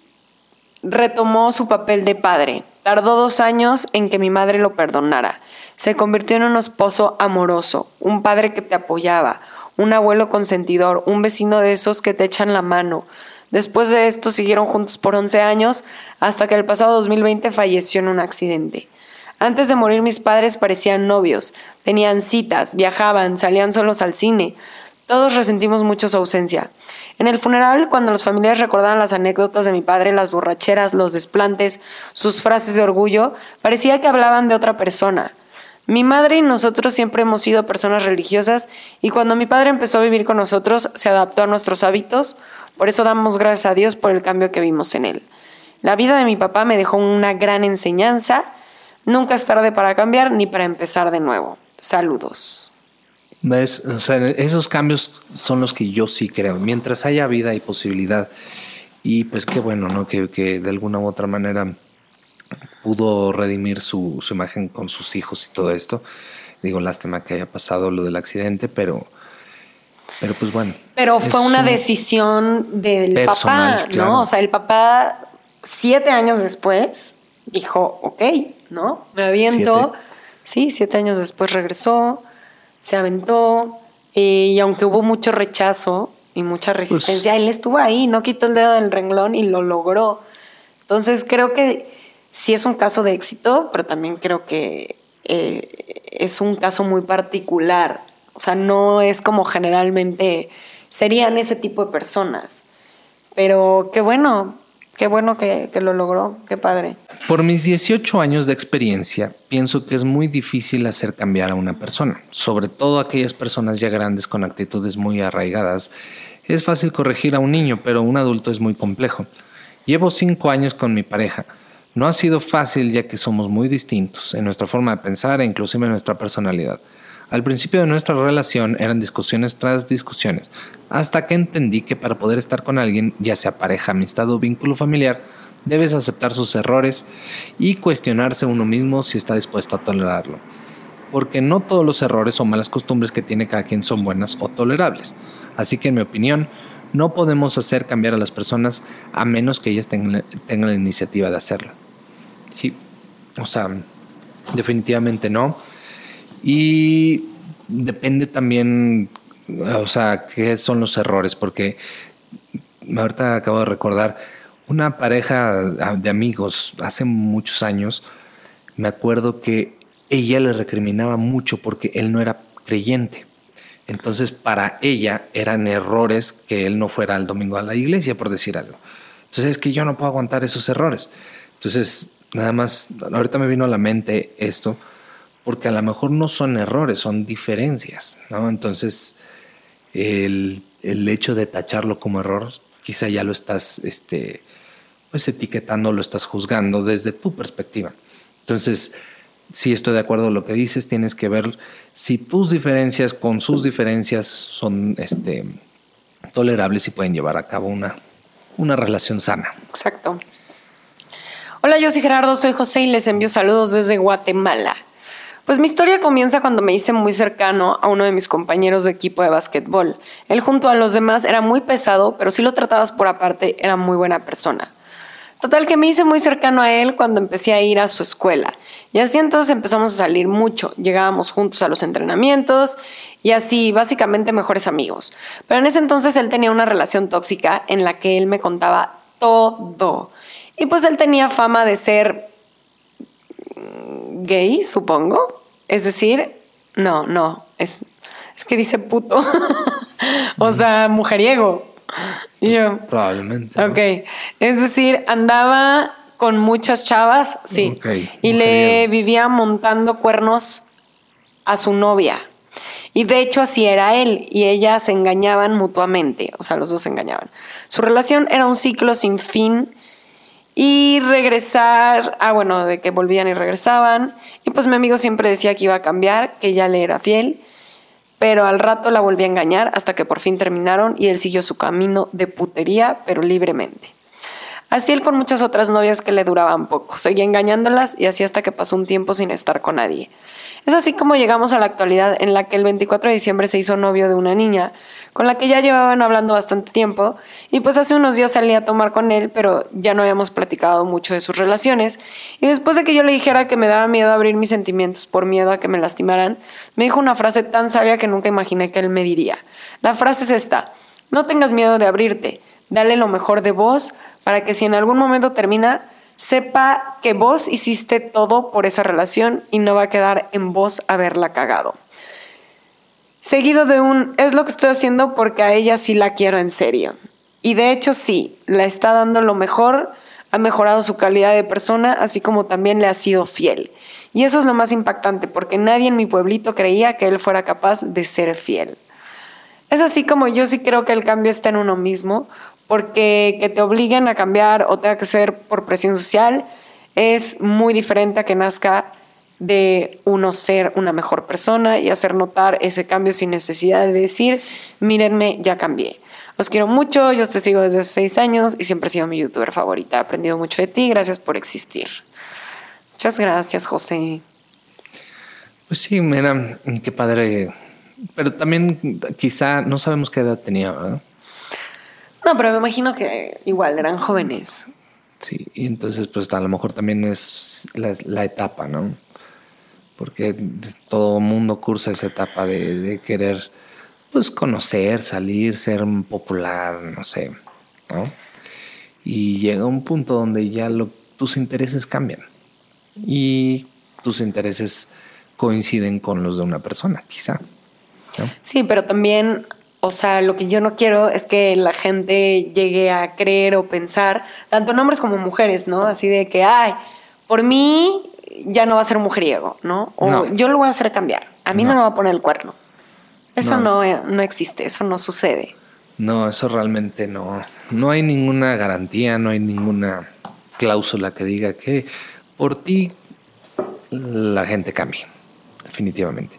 retomó su papel de padre. Tardó dos años en que mi madre lo perdonara. Se convirtió en un esposo amoroso, un padre que te apoyaba, un abuelo consentidor, un vecino de esos que te echan la mano. Después de esto siguieron juntos por once años hasta que el pasado dos mil veinte falleció en un accidente. Antes de morir mis padres parecían novios, tenían citas, viajaban, salían solos al cine. Todos resentimos mucho su ausencia. En el funeral, cuando los familiares recordaban las anécdotas de mi padre, las borracheras, los desplantes, sus frases de orgullo, parecía que hablaban de otra persona. Mi madre y nosotros siempre hemos sido personas religiosas y cuando mi padre empezó a vivir con nosotros, se adaptó a nuestros hábitos. Por eso damos gracias a Dios por el cambio que vimos en él. La vida de mi papá me dejó una gran enseñanza. Nunca es tarde para cambiar ni para empezar de nuevo. Saludos. ¿Ves? O sea, esos cambios son los que yo sí creo. Mientras haya vida y posibilidad. Y pues qué bueno, ¿no? Que, que de alguna u otra manera pudo redimir su, su imagen con sus hijos y todo esto. Digo, lástima que haya pasado lo del accidente, pero... Pero pues bueno. Pero fue una un decisión del personal, papá, ¿no? Claro. O sea, el papá, siete años después, dijo, ok, ¿no? Me aviento. ¿Siete? Sí, siete años después regresó, se aventó. Y aunque hubo mucho rechazo y mucha resistencia, pues, él estuvo ahí, no quitó el dedo del renglón y lo logró. Entonces creo que sí es un caso de éxito, pero también creo que eh, es un caso muy particular. O sea, no es como generalmente serían ese tipo de personas. Pero qué bueno, qué bueno que, que lo logró, qué padre. Por mis dieciocho años de experiencia, pienso que es muy difícil hacer cambiar a una persona, sobre todo aquellas personas ya grandes con actitudes muy arraigadas. Es fácil corregir a un niño, pero un adulto es muy complejo. Llevo cinco años con mi pareja. No ha sido fácil ya que somos muy distintos en nuestra forma de pensar e inclusive en nuestra personalidad. Al principio de nuestra relación eran discusiones tras discusiones, hasta que entendí que para poder estar con alguien, ya sea pareja, amistad o vínculo familiar, debes aceptar sus errores y cuestionarse uno mismo si está dispuesto a tolerarlo. porque no todos los errores o malas costumbres que tiene cada quien son buenas o tolerables. Así que en mi opinión, no podemos hacer cambiar a las personas a menos que ellas tengan, tengan la iniciativa de hacerlo. Sí, o sea, definitivamente no. Y depende también, o sea, qué son los errores, porque ahorita acabo de recordar una pareja de amigos hace muchos años. Me acuerdo que ella le recriminaba mucho porque él no era creyente. Entonces, para ella eran errores que él no fuera el domingo a la iglesia, por decir algo. Entonces, es que yo no puedo aguantar esos errores. Entonces, nada más, ahorita me vino a la mente esto, porque a lo mejor no son errores, son diferencias, ¿no? Entonces, el, el hecho de tacharlo como error, quizá ya lo estás este, pues etiquetando, lo estás juzgando desde tu perspectiva. Entonces, sí estoy de acuerdo con lo que dices, tienes que ver si tus diferencias con sus diferencias son este, tolerables y pueden llevar a cabo una, una relación sana. Exacto. Hola, yo soy Gerardo, soy José y les envío saludos desde Guatemala. Pues mi historia comienza cuando me hice muy cercano a uno de mis compañeros de equipo de básquetbol. Él junto a los demás era muy pesado, pero si lo tratabas por aparte era muy buena persona. Total que me hice muy cercano a él cuando empecé a ir a su escuela. Y así entonces empezamos a salir mucho. Llegábamos juntos a los entrenamientos y así básicamente mejores amigos. Pero en ese entonces él tenía una relación tóxica en la que él me contaba todo. Y pues él tenía fama de ser gay, supongo. Es decir, no, no, es, es que dice puto. O sea, mujeriego. Y yo, probablemente. Ok, ¿no? Es decir, andaba con muchas chavas, sí, okay, y mujeriego. Le vivía montando cuernos a su novia. Y de hecho así era él, y ellas se engañaban mutuamente, o sea, los dos se engañaban. Su relación era un ciclo sin fin y regresar, ah bueno, de que volvían y regresaban. Y pues mi amigo siempre decía que iba a cambiar, que ya le era fiel. Pero al rato la volví a engañar hasta que por fin terminaron y él siguió su camino de putería, pero libremente. Así él con muchas otras novias que le duraban poco. Seguía engañándolas y así hasta que pasó un tiempo sin estar con nadie. Es así como llegamos a la actualidad en la que el veinticuatro de diciembre se hizo novio de una niña con la que ya llevaban hablando bastante tiempo y pues hace unos días salí a tomar con él, pero ya no habíamos platicado mucho de sus relaciones y después de que yo le dijera que me daba miedo abrir mis sentimientos por miedo a que me lastimaran, me dijo una frase tan sabia que nunca imaginé que él me diría. La frase es esta: no tengas miedo de abrirte, dale lo mejor de vos para que si en algún momento termina, sepa que vos hiciste todo por esa relación y no va a quedar en vos haberla cagado. Seguido de un, es lo que estoy haciendo porque a ella sí la quiero en serio. Y de hecho sí, la está dando lo mejor, ha mejorado su calidad de persona, así como también le ha sido fiel. Y eso es lo más impactante, porque nadie en mi pueblito creía que él fuera capaz de ser fiel. Es así como yo sí creo que el cambio está en uno mismo, porque que te obliguen a cambiar o tenga que ser por presión social es muy diferente a que nazca de uno ser una mejor persona y hacer notar ese cambio sin necesidad de decir, mírenme, ya cambié. Los quiero mucho, yo te sigo desde hace seis años y siempre he sido mi youtuber favorita. He aprendido mucho de ti, gracias por existir. Muchas gracias, José. Pues sí, mira, qué padre. Pero también quizá no sabemos qué edad tenía, ¿verdad? No, pero me imagino que igual eran jóvenes. Sí, y entonces pues a lo mejor también es la, la etapa, ¿no? Porque todo mundo cursa esa etapa de, de querer pues conocer, salir, ser popular, no sé, ¿no? Y llega un punto donde ya lo, tus intereses cambian y tus intereses coinciden con los de una persona, quizá, ¿no? Sí, pero también... O sea, lo que yo no quiero es que la gente llegue a creer o pensar, tanto en hombres como mujeres, ¿no? Así de que, ay, por mí ya no va a ser mujeriego, ¿no? O no. Yo lo voy a hacer cambiar. A mí no, no me va a poner el cuerno. Eso no. No, no existe, eso no sucede. No, eso realmente no. No hay ninguna garantía, no hay ninguna cláusula que diga que por ti la gente cambie, definitivamente.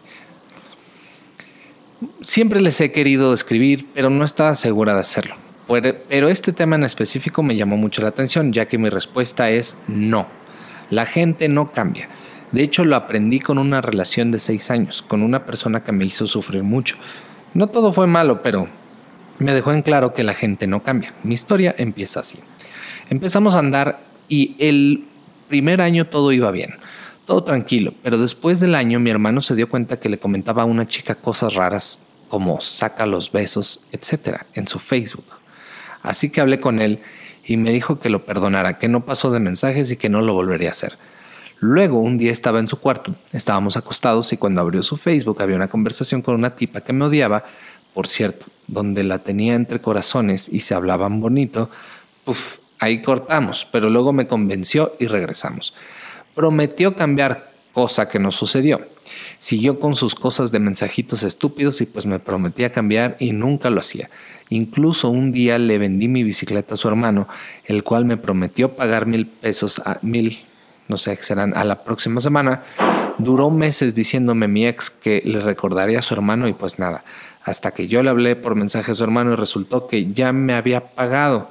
Siempre les he querido escribir, pero no estaba segura de hacerlo. Pero este tema en específico me llamó mucho la atención, ya que mi respuesta es no. La gente no cambia. De hecho, lo aprendí con una relación de seis años, con una persona que me hizo sufrir mucho. No todo fue malo, pero me dejó en claro que la gente no cambia. Mi historia empieza así. Empezamos a andar y el primer año todo iba bien, todo tranquilo, pero después del año mi hermano se dio cuenta que le comentaba a una chica cosas raras como saca los besos, etcétera, en su Facebook. Así que hablé con él y me dijo que lo perdonara, que no pasó de mensajes y que no lo volvería a hacer. Luego un día estaba en su cuarto, estábamos acostados y cuando abrió su Facebook había una conversación con una tipa que me odiaba, por cierto, donde la tenía entre corazones y se hablaban bonito. Puf, ahí cortamos, pero luego me convenció y regresamos. Prometió cambiar, cosa que no sucedió. Siguió con sus cosas de mensajitos estúpidos y pues me prometía cambiar y nunca lo hacía. Incluso un día le vendí mi bicicleta a su hermano, el cual me prometió pagar mil pesos a mil, no sé, serán a la próxima semana. Duró meses diciéndome mi ex que le recordaría a su hermano y pues nada, hasta que yo le hablé por mensaje a su hermano y resultó que ya me había pagado.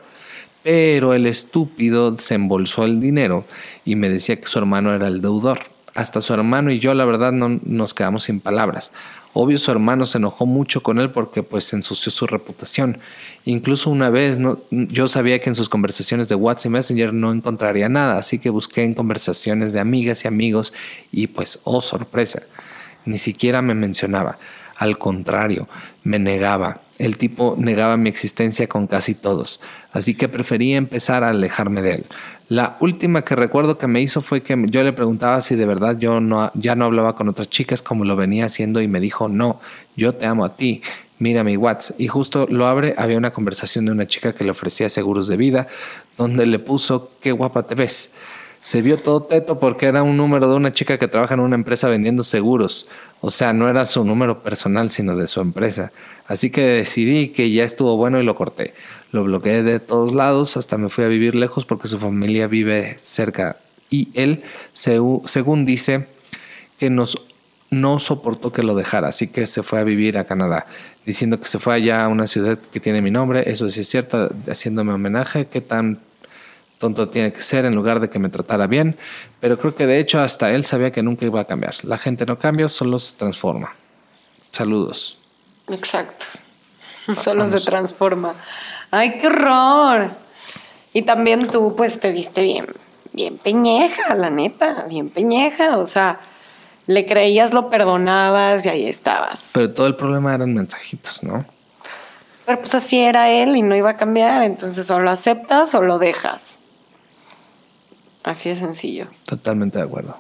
Pero el estúpido se embolsó el dinero y me decía que su hermano era el deudor. Hasta su hermano y yo la verdad no nos quedamos sin palabras. Obvio su hermano se enojó mucho con él porque pues ensució su reputación. Incluso una vez no, yo sabía que en sus conversaciones de WhatsApp y Messenger no encontraría nada, así que busqué en conversaciones de amigas y amigos y pues oh sorpresa, ni siquiera me mencionaba. Al contrario, me negaba. El tipo negaba mi existencia con casi todos, así que preferí empezar a alejarme de él. La última que recuerdo que me hizo fue que yo le preguntaba si de verdad yo no, ya no hablaba con otras chicas como lo venía haciendo y me dijo, no, yo te amo a ti, mira mi WhatsApp. Y justo lo abre, había una conversación de una chica que le ofrecía seguros de vida, donde le puso, qué guapa te ves. Se vio todo teto porque era un número de una chica que trabaja en una empresa vendiendo seguros. O sea, no era su número personal, sino de su empresa. Así que decidí que ya estuvo bueno y lo corté. Lo bloqueé de todos lados, hasta me fui a vivir lejos porque su familia vive cerca. Y él, según dice, que nos, no soportó que lo dejara, así que se fue a vivir a Canadá, diciendo que se fue allá a una ciudad que tiene mi nombre. Eso sí es cierto, haciéndome homenaje. ¿Qué tan tonto tiene que ser en lugar de que me tratara bien? Pero creo que de hecho hasta él sabía que nunca iba a cambiar. La gente no cambia, solo se transforma. Saludos. Exacto. Solo se transforma. ¡Ay, qué horror! Y también tú, pues, te viste bien, bien peñeja, la neta, bien peñeja. O sea, le creías, lo perdonabas y ahí estabas. Pero todo el problema eran mensajitos, ¿no? Pero pues así era él y no iba a cambiar. Entonces o lo aceptas o lo dejas. Así de sencillo. Totalmente de acuerdo.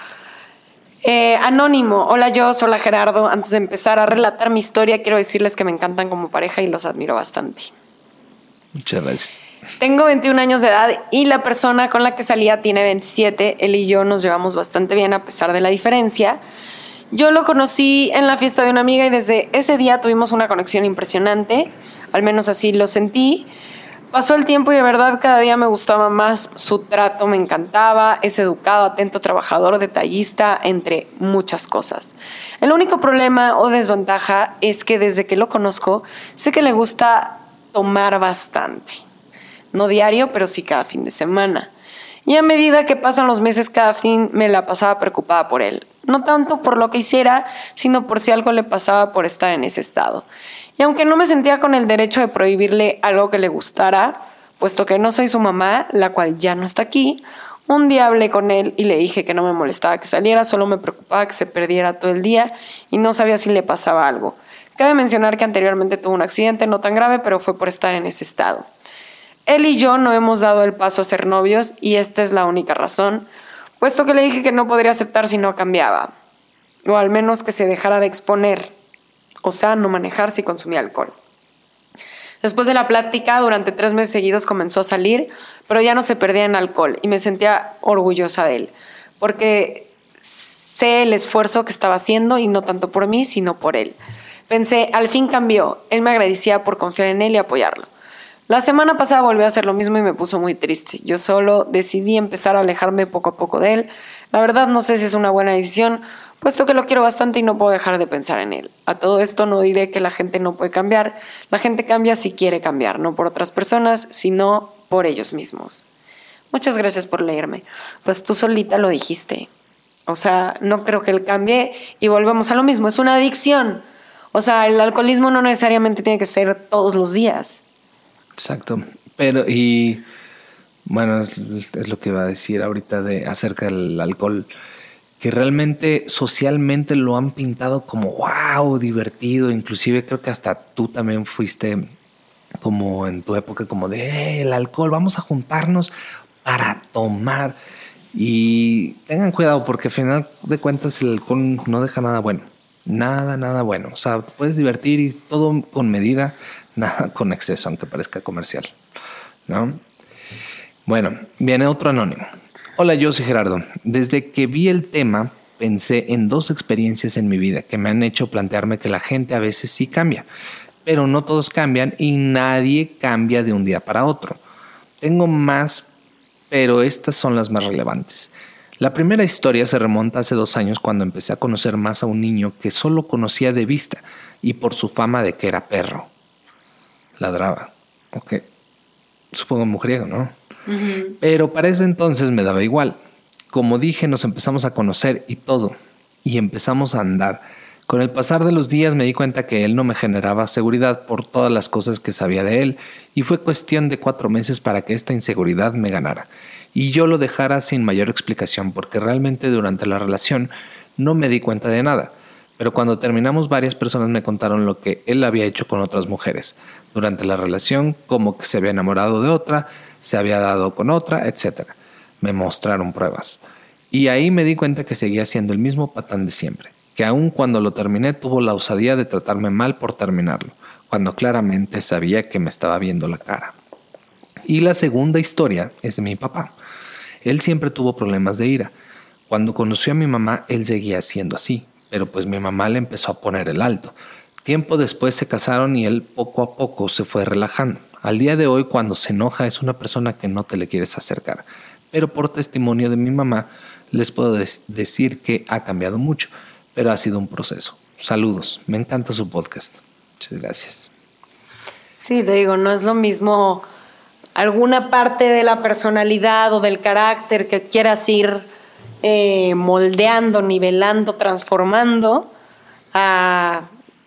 Eh, anónimo, hola yo, hola Gerardo. Antes de empezar a relatar mi historia, quiero decirles que me encantan como pareja y los admiro bastante. Muchas gracias. Tengo veintiún años de edad y la persona con la que salía tiene veintisiete. Él y yo nos llevamos bastante bien a pesar de la diferencia. Yo lo conocí en la fiesta de una amiga y desde ese día tuvimos una conexión impresionante. Al menos así lo sentí. Pasó el tiempo y de verdad cada día me gustaba más su trato, me encantaba, es educado, atento, trabajador, detallista, entre muchas cosas. El único problema o desventaja es que desde que lo conozco sé que le gusta tomar bastante. No diario, pero sí cada fin de semana. Y a medida que pasan los meses, cada fin me la pasaba preocupada por él. No tanto por lo que hiciera, sino por si algo le pasaba por estar en ese estado. Y aunque no me sentía con el derecho de prohibirle algo que le gustara, puesto que no soy su mamá, la cual ya no está aquí, un día hablé con él y le dije que no me molestaba que saliera, solo me preocupaba que se perdiera todo el día y no sabía si le pasaba algo. Cabe mencionar que anteriormente tuvo un accidente no tan grave, pero fue por estar en ese estado. Él y yo no hemos dado el paso a ser novios y esta es la única razón, puesto que le dije que no podría aceptar si no cambiaba, o al menos que se dejara de exponer. O sea, no manejar si consumía alcohol. Después de la plática, durante tres meses seguidos comenzó a salir, pero ya no se perdía en alcohol y me sentía orgullosa de él, porque sé el esfuerzo que estaba haciendo y no tanto por mí, sino por él. Pensé, al fin cambió, él me agradecía por confiar en él y apoyarlo. La semana pasada volvió a hacer lo mismo y me puso muy triste. Yo solo decidí empezar a alejarme poco a poco de él. La verdad no sé si es una buena decisión, puesto que lo quiero bastante y no puedo dejar de pensar en él. A todo esto no diré que la gente no puede cambiar. La gente cambia si quiere cambiar, no por otras personas, sino por ellos mismos. Muchas gracias por leerme. Pues tú solita lo dijiste. O sea, no creo que él cambie y volvemos a lo mismo. Es una adicción. O sea, el alcoholismo no necesariamente tiene que ser todos los días. Exacto. Pero, y bueno, es, es lo que iba a decir ahorita de acerca del alcohol, que realmente socialmente lo han pintado como wow, divertido. Inclusive creo que hasta tú también fuiste como en tu época como de eh, el alcohol, vamos a juntarnos para tomar. Y tengan cuidado porque al final de cuentas el alcohol no deja nada bueno. Nada, nada bueno. O sea, puedes divertir y todo con medida, nada con exceso, aunque parezca comercial, ¿no? Bueno, viene otro anónimo. Hola, yo soy Gerardo. Desde que vi el tema, pensé en dos experiencias en mi vida que me han hecho plantearme que la gente a veces sí cambia, pero no todos cambian y nadie cambia de un día para otro. Tengo más, pero estas son las más relevantes. La primera historia se remonta hace dos años cuando empecé a conocer más a un niño que solo conocía de vista y por su fama de que era perro. Ladraba. Ok. Supongo mujeriego, ¿no? Uh-huh. Pero para ese entonces me daba igual. Como dije, nos empezamos a conocer y todo. Y empezamos a andar. Con el pasar de los días me di cuenta que él no me generaba seguridad por todas las cosas que sabía de él. Y fue cuestión de cuatro meses para que esta inseguridad me ganara. Y yo lo dejara sin mayor explicación porque realmente durante la relación no me di cuenta de nada. Pero cuando terminamos varias personas me contaron lo que él había hecho con otras mujeres. Durante la relación, como que se había enamorado de otra, se había dado con otra, etcétera. Me mostraron pruebas. Y ahí me di cuenta que seguía siendo el mismo patán de siempre. Que aun cuando lo terminé tuvo la osadía de tratarme mal por terminarlo, cuando claramente sabía que me estaba viendo la cara. Y la segunda historia es de mi papá. Él siempre tuvo problemas de ira. Cuando conoció a mi mamá, él seguía siendo así, pero pues mi mamá le empezó a poner el alto. Tiempo después se casaron y él poco a poco se fue relajando. Al día de hoy, cuando se enoja, es una persona que no te le quieres acercar. Pero por testimonio de mi mamá, les puedo des- decir que ha cambiado mucho, pero ha sido un proceso. Saludos, me encanta su podcast. Muchas gracias. Sí, te digo, no es lo mismo alguna parte de la personalidad o del carácter que quieras ir eh, moldeando, nivelando, transformando, a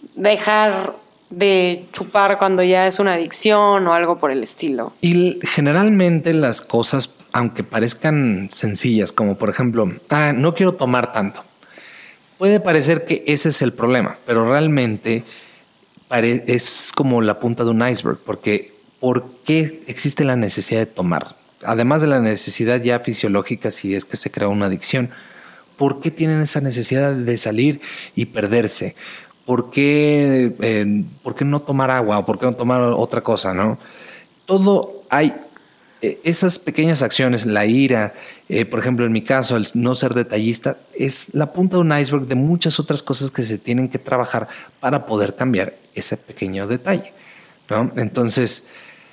dejar de chupar cuando ya es una adicción o algo por el estilo. Y generalmente las cosas, aunque parezcan sencillas, como por ejemplo, ah, no quiero tomar tanto, puede parecer que ese es el problema, pero realmente pare- es como la punta de un iceberg, porque ¿por qué existe la necesidad de tomar? Además de la necesidad ya fisiológica, si es que se crea una adicción, ¿por qué tienen esa necesidad de salir y perderse? ¿Por qué, eh, ¿por qué no tomar agua o por qué no tomar otra cosa, no? Todo hay eh, esas pequeñas acciones, la ira, eh, por ejemplo, en mi caso, el no ser detallista, es la punta de un iceberg de muchas otras cosas que se tienen que trabajar para poder cambiar ese pequeño detalle, ¿no? Entonces,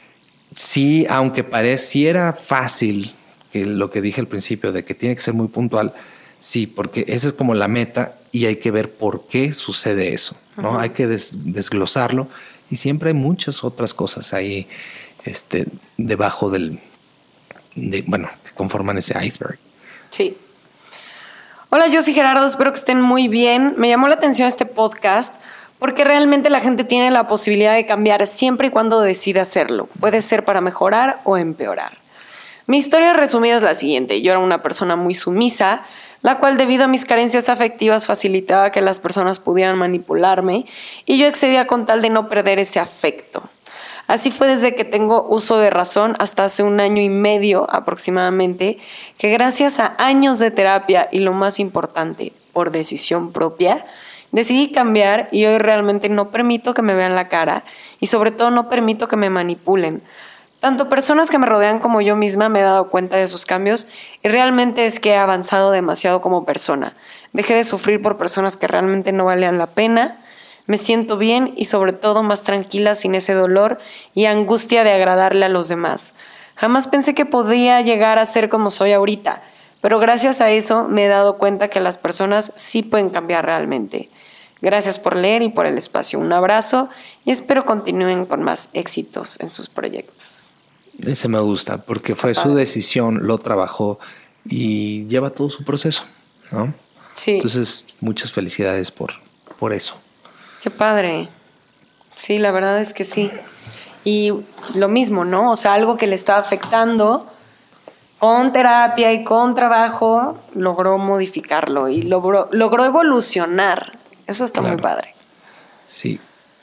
sí, aunque pareciera fácil, que lo que dije al principio, de que tiene que ser muy puntual, sí, porque esa es como la meta y hay que ver por qué sucede eso, ¿no? Uh-huh. Hay que des- desglosarlo y siempre hay muchas otras cosas ahí este, debajo del, de, bueno, que conforman ese iceberg. Sí. Hola, yo soy Gerardo, espero que estén muy bien. Me llamó la atención este podcast porque realmente la gente tiene la posibilidad de cambiar siempre y cuando decida hacerlo. Puede ser para mejorar o empeorar. Mi historia resumida es la siguiente. Yo era una persona muy sumisa, la cual debido a mis carencias afectivas facilitaba que las personas pudieran manipularme y yo excedía con tal de no perder ese afecto. Así fue desde que tengo uso de razón hasta hace un año y medio aproximadamente, que gracias a años de terapia y lo más importante, por decisión propia, decidí cambiar y hoy realmente no permito que me vean la cara y sobre todo no permito que me manipulen. Tanto personas que me rodean como yo misma me he dado cuenta de esos cambios y realmente es que he avanzado demasiado como persona. Dejé de sufrir por personas que realmente no valían la pena. Me siento bien y sobre todo más tranquila sin ese dolor y angustia de agradarle a los demás. Jamás pensé que podía llegar a ser como soy ahorita, pero gracias a eso me he dado cuenta que las personas sí pueden cambiar realmente. Gracias por leer y por el espacio. Un abrazo y espero continúen con más éxitos en sus proyectos. Ese me gusta porque fue su decisión, lo trabajó y lleva todo su proceso. ¿no? Sí. Entonces, muchas felicidades por, por eso. Qué padre. Sí, la verdad es que sí. Y lo mismo, ¿no? O sea, algo que le estaba afectando, con terapia y con trabajo, logró modificarlo y logró, logró evolucionar. Eso está Claro. muy padre. Sí.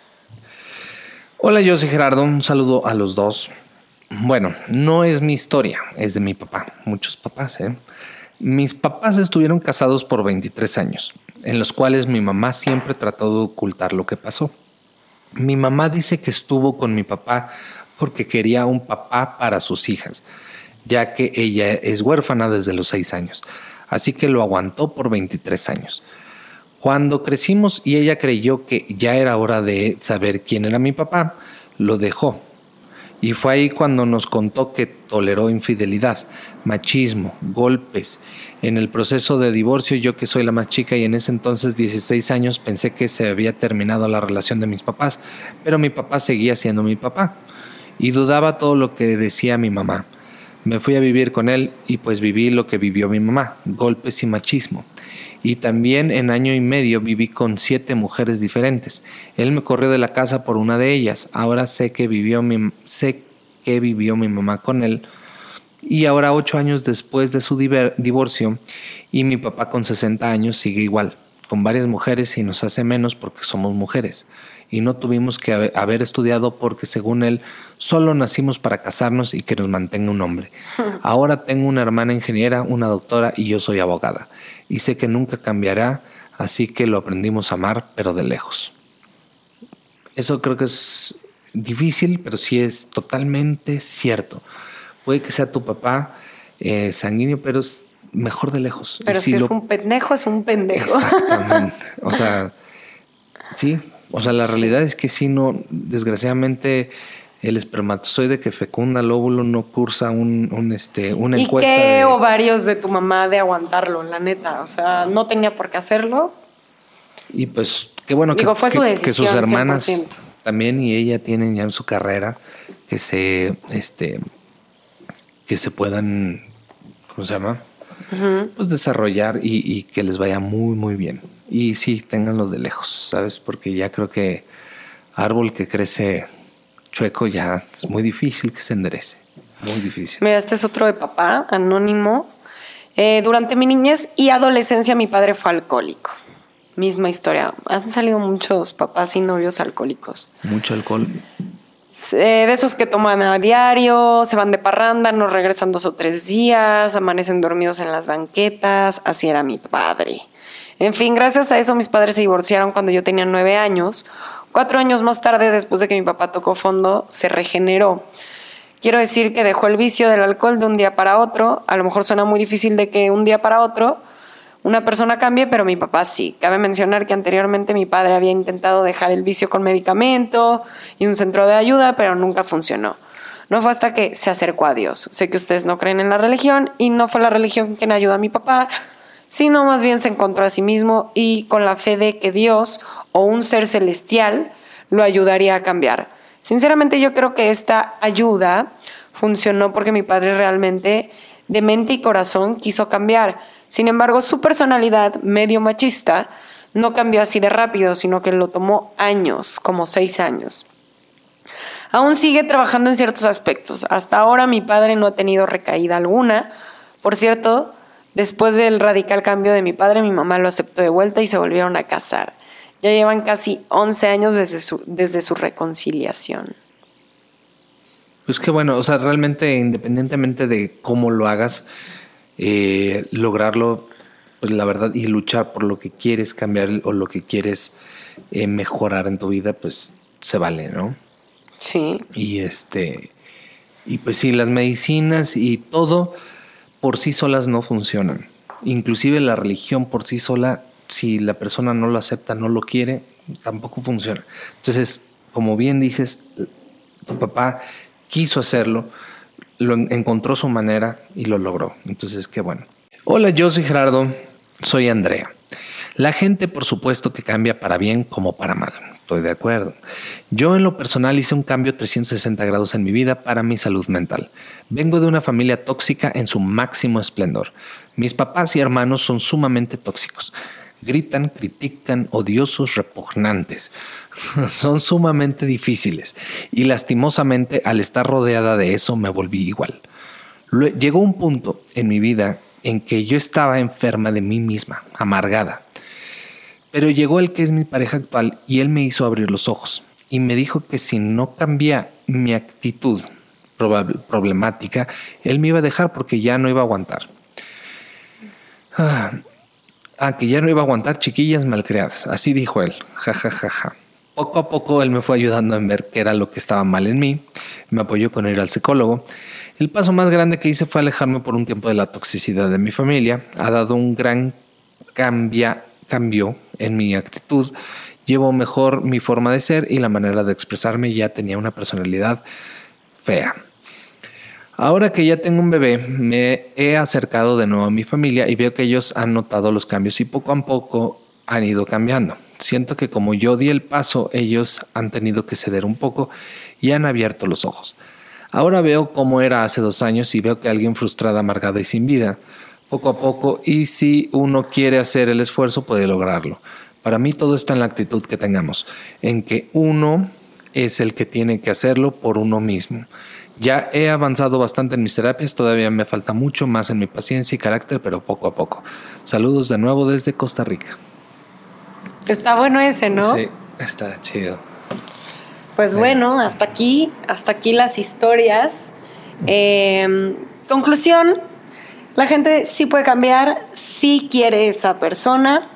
Hola, yo soy Gerardo. Un saludo a los dos. Bueno, no es mi historia, es de mi papá. Muchos papás, ¿eh? Mis papás estuvieron casados por veintitrés años, en los cuales mi mamá siempre trató de ocultar lo que pasó. Mi mamá dice que estuvo con mi papá porque quería un papá para sus hijas, ya que ella es huérfana desde los seis años, así que lo aguantó por veintitrés años. Cuando crecimos y ella creyó que ya era hora de saber quién era mi papá, lo dejó. Y fue ahí cuando nos contó que toleró infidelidad, machismo, golpes. En el proceso de divorcio, yo que soy la más chica y en ese entonces dieciséis años, pensé que se había terminado la relación de mis papás, pero mi papá seguía siendo mi papá. Y dudaba todo lo que decía mi mamá. Me fui a vivir con él y pues viví lo que vivió mi mamá, golpes y machismo. Y también en año y medio viví con siete mujeres diferentes. Él me corrió de la casa por una de ellas. Ahora sé que vivió mi, sé que vivió mi mamá con él. Y ahora ocho años después de su diver, divorcio y mi papá con sesenta años sigue igual, con varias mujeres y nos hace menos porque somos mujeres. Y no tuvimos que haber estudiado porque según él solo nacimos para casarnos y que nos mantenga un hombre. Ahora tengo una hermana ingeniera, una doctora y yo soy abogada. Y sé que nunca cambiará, así que lo aprendimos a amar, pero de lejos. Eso creo que es difícil, pero sí es totalmente cierto. Puede que sea tu papá eh, sanguíneo, pero es mejor de lejos. Pero si si lo... es un pendejo, es un pendejo. Exactamente. O sea, sí. O sea, la realidad es que sí, no, desgraciadamente el espermatozoide que fecunda el óvulo no cursa un, un este, una ¿Y encuesta. qué de... ovarios de tu mamá de aguantarlo, la neta? O sea, no tenía por qué hacerlo. Y pues, qué bueno Digo, que, fue su que, decisión, que sus hermanas cien por ciento. También y ella tienen ya en su carrera que se, este, que se puedan, ¿cómo se llama? Uh-huh. Pues desarrollar y, y que les vaya muy, muy bien. Y sí, ténganlo de lejos, ¿sabes? Porque ya creo que árbol que crece chueco ya es muy difícil que se enderece. Muy difícil. Mira, este es otro de papá, anónimo. Eh, durante mi niñez y adolescencia mi padre fue alcohólico. Misma historia. Han salido muchos papás y novios alcohólicos. Mucho alcohol. Eh, de esos que toman a diario, se van de parranda, no regresan dos o tres días, amanecen dormidos en las banquetas. Así era mi padre. En fin, gracias a eso mis padres se divorciaron cuando yo tenía nueve años. Cuatro años más tarde, después de que mi papá tocó fondo, se regeneró. Quiero decir que dejó el vicio del alcohol de un día para otro. A lo mejor suena muy difícil de que un día para otro una persona cambie, pero mi papá sí. Cabe mencionar que anteriormente mi padre había intentado dejar el vicio con medicamento y un centro de ayuda, pero nunca funcionó. No fue hasta que se acercó a Dios. Sé que ustedes no creen en la religión y no fue la religión quien ayudó a mi papá, sino más bien se encontró a sí mismo y con la fe de que Dios o un ser celestial lo ayudaría a cambiar. Sinceramente yo creo que esta ayuda funcionó porque mi padre realmente de mente y corazón quiso cambiar. Sin embargo, su personalidad medio machista no cambió así de rápido, sino que lo tomó años, como seis años. Aún sigue trabajando en ciertos aspectos. Hasta ahora mi padre no ha tenido recaída alguna. Por cierto, después del radical cambio de mi padre, mi mamá lo aceptó de vuelta y se volvieron a casar. Ya llevan casi once años desde su, desde su reconciliación. Pues qué bueno, o sea, realmente independientemente de cómo lo hagas, eh, lograrlo, pues la verdad, y luchar por lo que quieres cambiar o lo que quieres eh, mejorar en tu vida, pues se vale, ¿no? Sí. Y este, y pues sí, las medicinas y todo por sí solas no funcionan. Inclusive la religión por sí sola, si la persona no lo acepta, no lo quiere, tampoco funciona. Entonces, como bien dices, tu papá quiso hacerlo, lo encontró su manera y lo logró. Entonces, qué bueno. Hola, yo soy Gerardo, soy Andrea. La gente, por supuesto, que cambia para bien como para mal. Estoy de acuerdo. Yo en lo personal hice un cambio trescientos sesenta grados en mi vida para mi salud mental. Vengo de una familia tóxica en su máximo esplendor. Mis papás y hermanos son sumamente tóxicos. Gritan, critican, odiosos, repugnantes. Son sumamente difíciles. Y lastimosamente, al estar rodeada de eso, me volví igual. Lue- Llegó un punto en mi vida en que yo estaba enferma de mí misma, amargada. Pero llegó el que es mi pareja actual y él me hizo abrir los ojos y me dijo que si no cambiaba mi actitud probab- problemática, él me iba a dejar porque ya no iba a aguantar. Ah, ah, que ya no iba a aguantar chiquillas malcriadas. Así dijo él. Ja, ja, ja, ja. Poco a poco él me fue ayudando a ver qué era lo que estaba mal en mí. Me apoyó con ir al psicólogo. El paso más grande que hice fue alejarme por un tiempo de la toxicidad de mi familia. Ha dado un gran cambia, cambio en mi actitud. Llevo mejor mi forma de ser y la manera de expresarme. Ya tenía una personalidad fea. Ahora que ya tengo un bebé, me he acercado de nuevo a mi familia y veo que ellos han notado los cambios y poco a poco han ido cambiando. Siento que como yo di el paso, ellos han tenido que ceder un poco y han abierto los ojos. Ahora veo cómo era hace dos años y veo que alguien frustrada, amargada y sin vida. Poco a poco, y si uno quiere hacer el esfuerzo, puede lograrlo. Para mí todo está en la actitud que tengamos, en que uno es el que tiene que hacerlo por uno mismo. Ya he avanzado bastante en mis terapias, todavía me falta mucho más en mi paciencia y carácter, pero poco a poco. Saludos de nuevo desde Costa Rica. Está bueno ese, ¿no? Sí, está chido. Pues Sí. bueno, hasta aquí, hasta aquí las historias. Eh, conclusión, la gente sí puede cambiar, sí quiere esa persona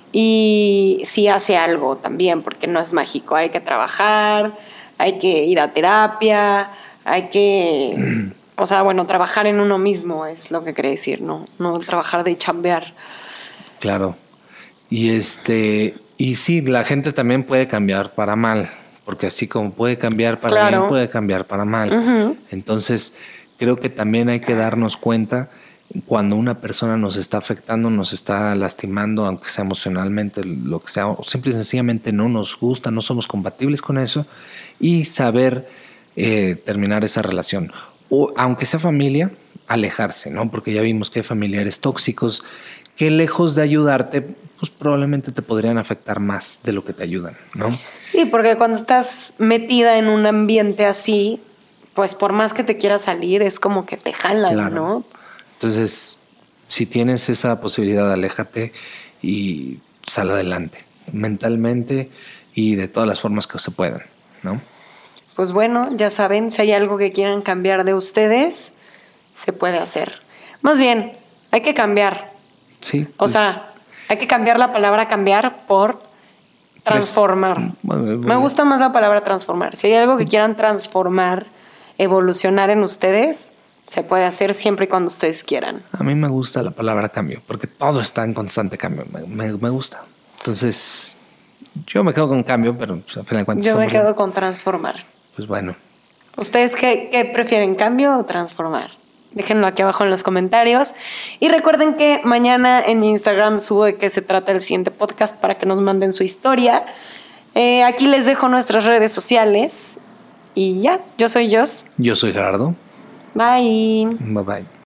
y sí hace algo también, porque no es mágico. Hay que trabajar, hay que ir a terapia, hay que, o sea, bueno, trabajar en uno mismo es lo que quiere decir, no, no trabajar de chambear. Claro. Y este, y sí, la gente también puede cambiar para mal, porque así como puede cambiar para Claro. bien, puede cambiar para mal. Ujú. Entonces, creo que también hay que darnos cuenta cuando una persona nos está afectando, nos está lastimando, aunque sea emocionalmente, lo que sea, o simple y sencillamente no nos gusta, no somos compatibles con eso, y saber eh, terminar esa relación. O aunque sea familia, alejarse, ¿no? Porque ya vimos que hay familiares tóxicos que lejos de ayudarte, pues probablemente te podrían afectar más de lo que te ayudan, ¿no? Sí, porque cuando estás metida en un ambiente así, pues por más que te quieras salir, es como que te jalan, Claro. ¿no? Entonces, si tienes esa posibilidad, aléjate y sal adelante, mentalmente y de todas las formas que se puedan, ¿no? Pues bueno, ya saben, si hay algo que quieran cambiar de ustedes, se puede hacer. Más bien, hay que cambiar. Sí. O sea, hay que cambiar la palabra cambiar por transformar. Muy bien, muy Me bien. gusta más la palabra transformar. Si hay algo que quieran transformar, evolucionar en ustedes, se puede hacer siempre y cuando ustedes quieran. A mí me gusta la palabra cambio, porque todo está en constante cambio. Me, me- me gusta. Entonces, yo me quedo con cambio, pero pues, a final de cuentas. Yo me somos- quedo con transformar. Pues bueno, ¿Ustedes qué, qué prefieren, cambio o transformar? Déjenlo aquí abajo en los comentarios. Y recuerden que mañana en mi Instagram subo de qué se trata el siguiente podcast para que nos manden su historia. Eh, aquí les dejo nuestras redes sociales. Y ya, yo soy Jos. yo soy Gerardo. Bye. Bye bye.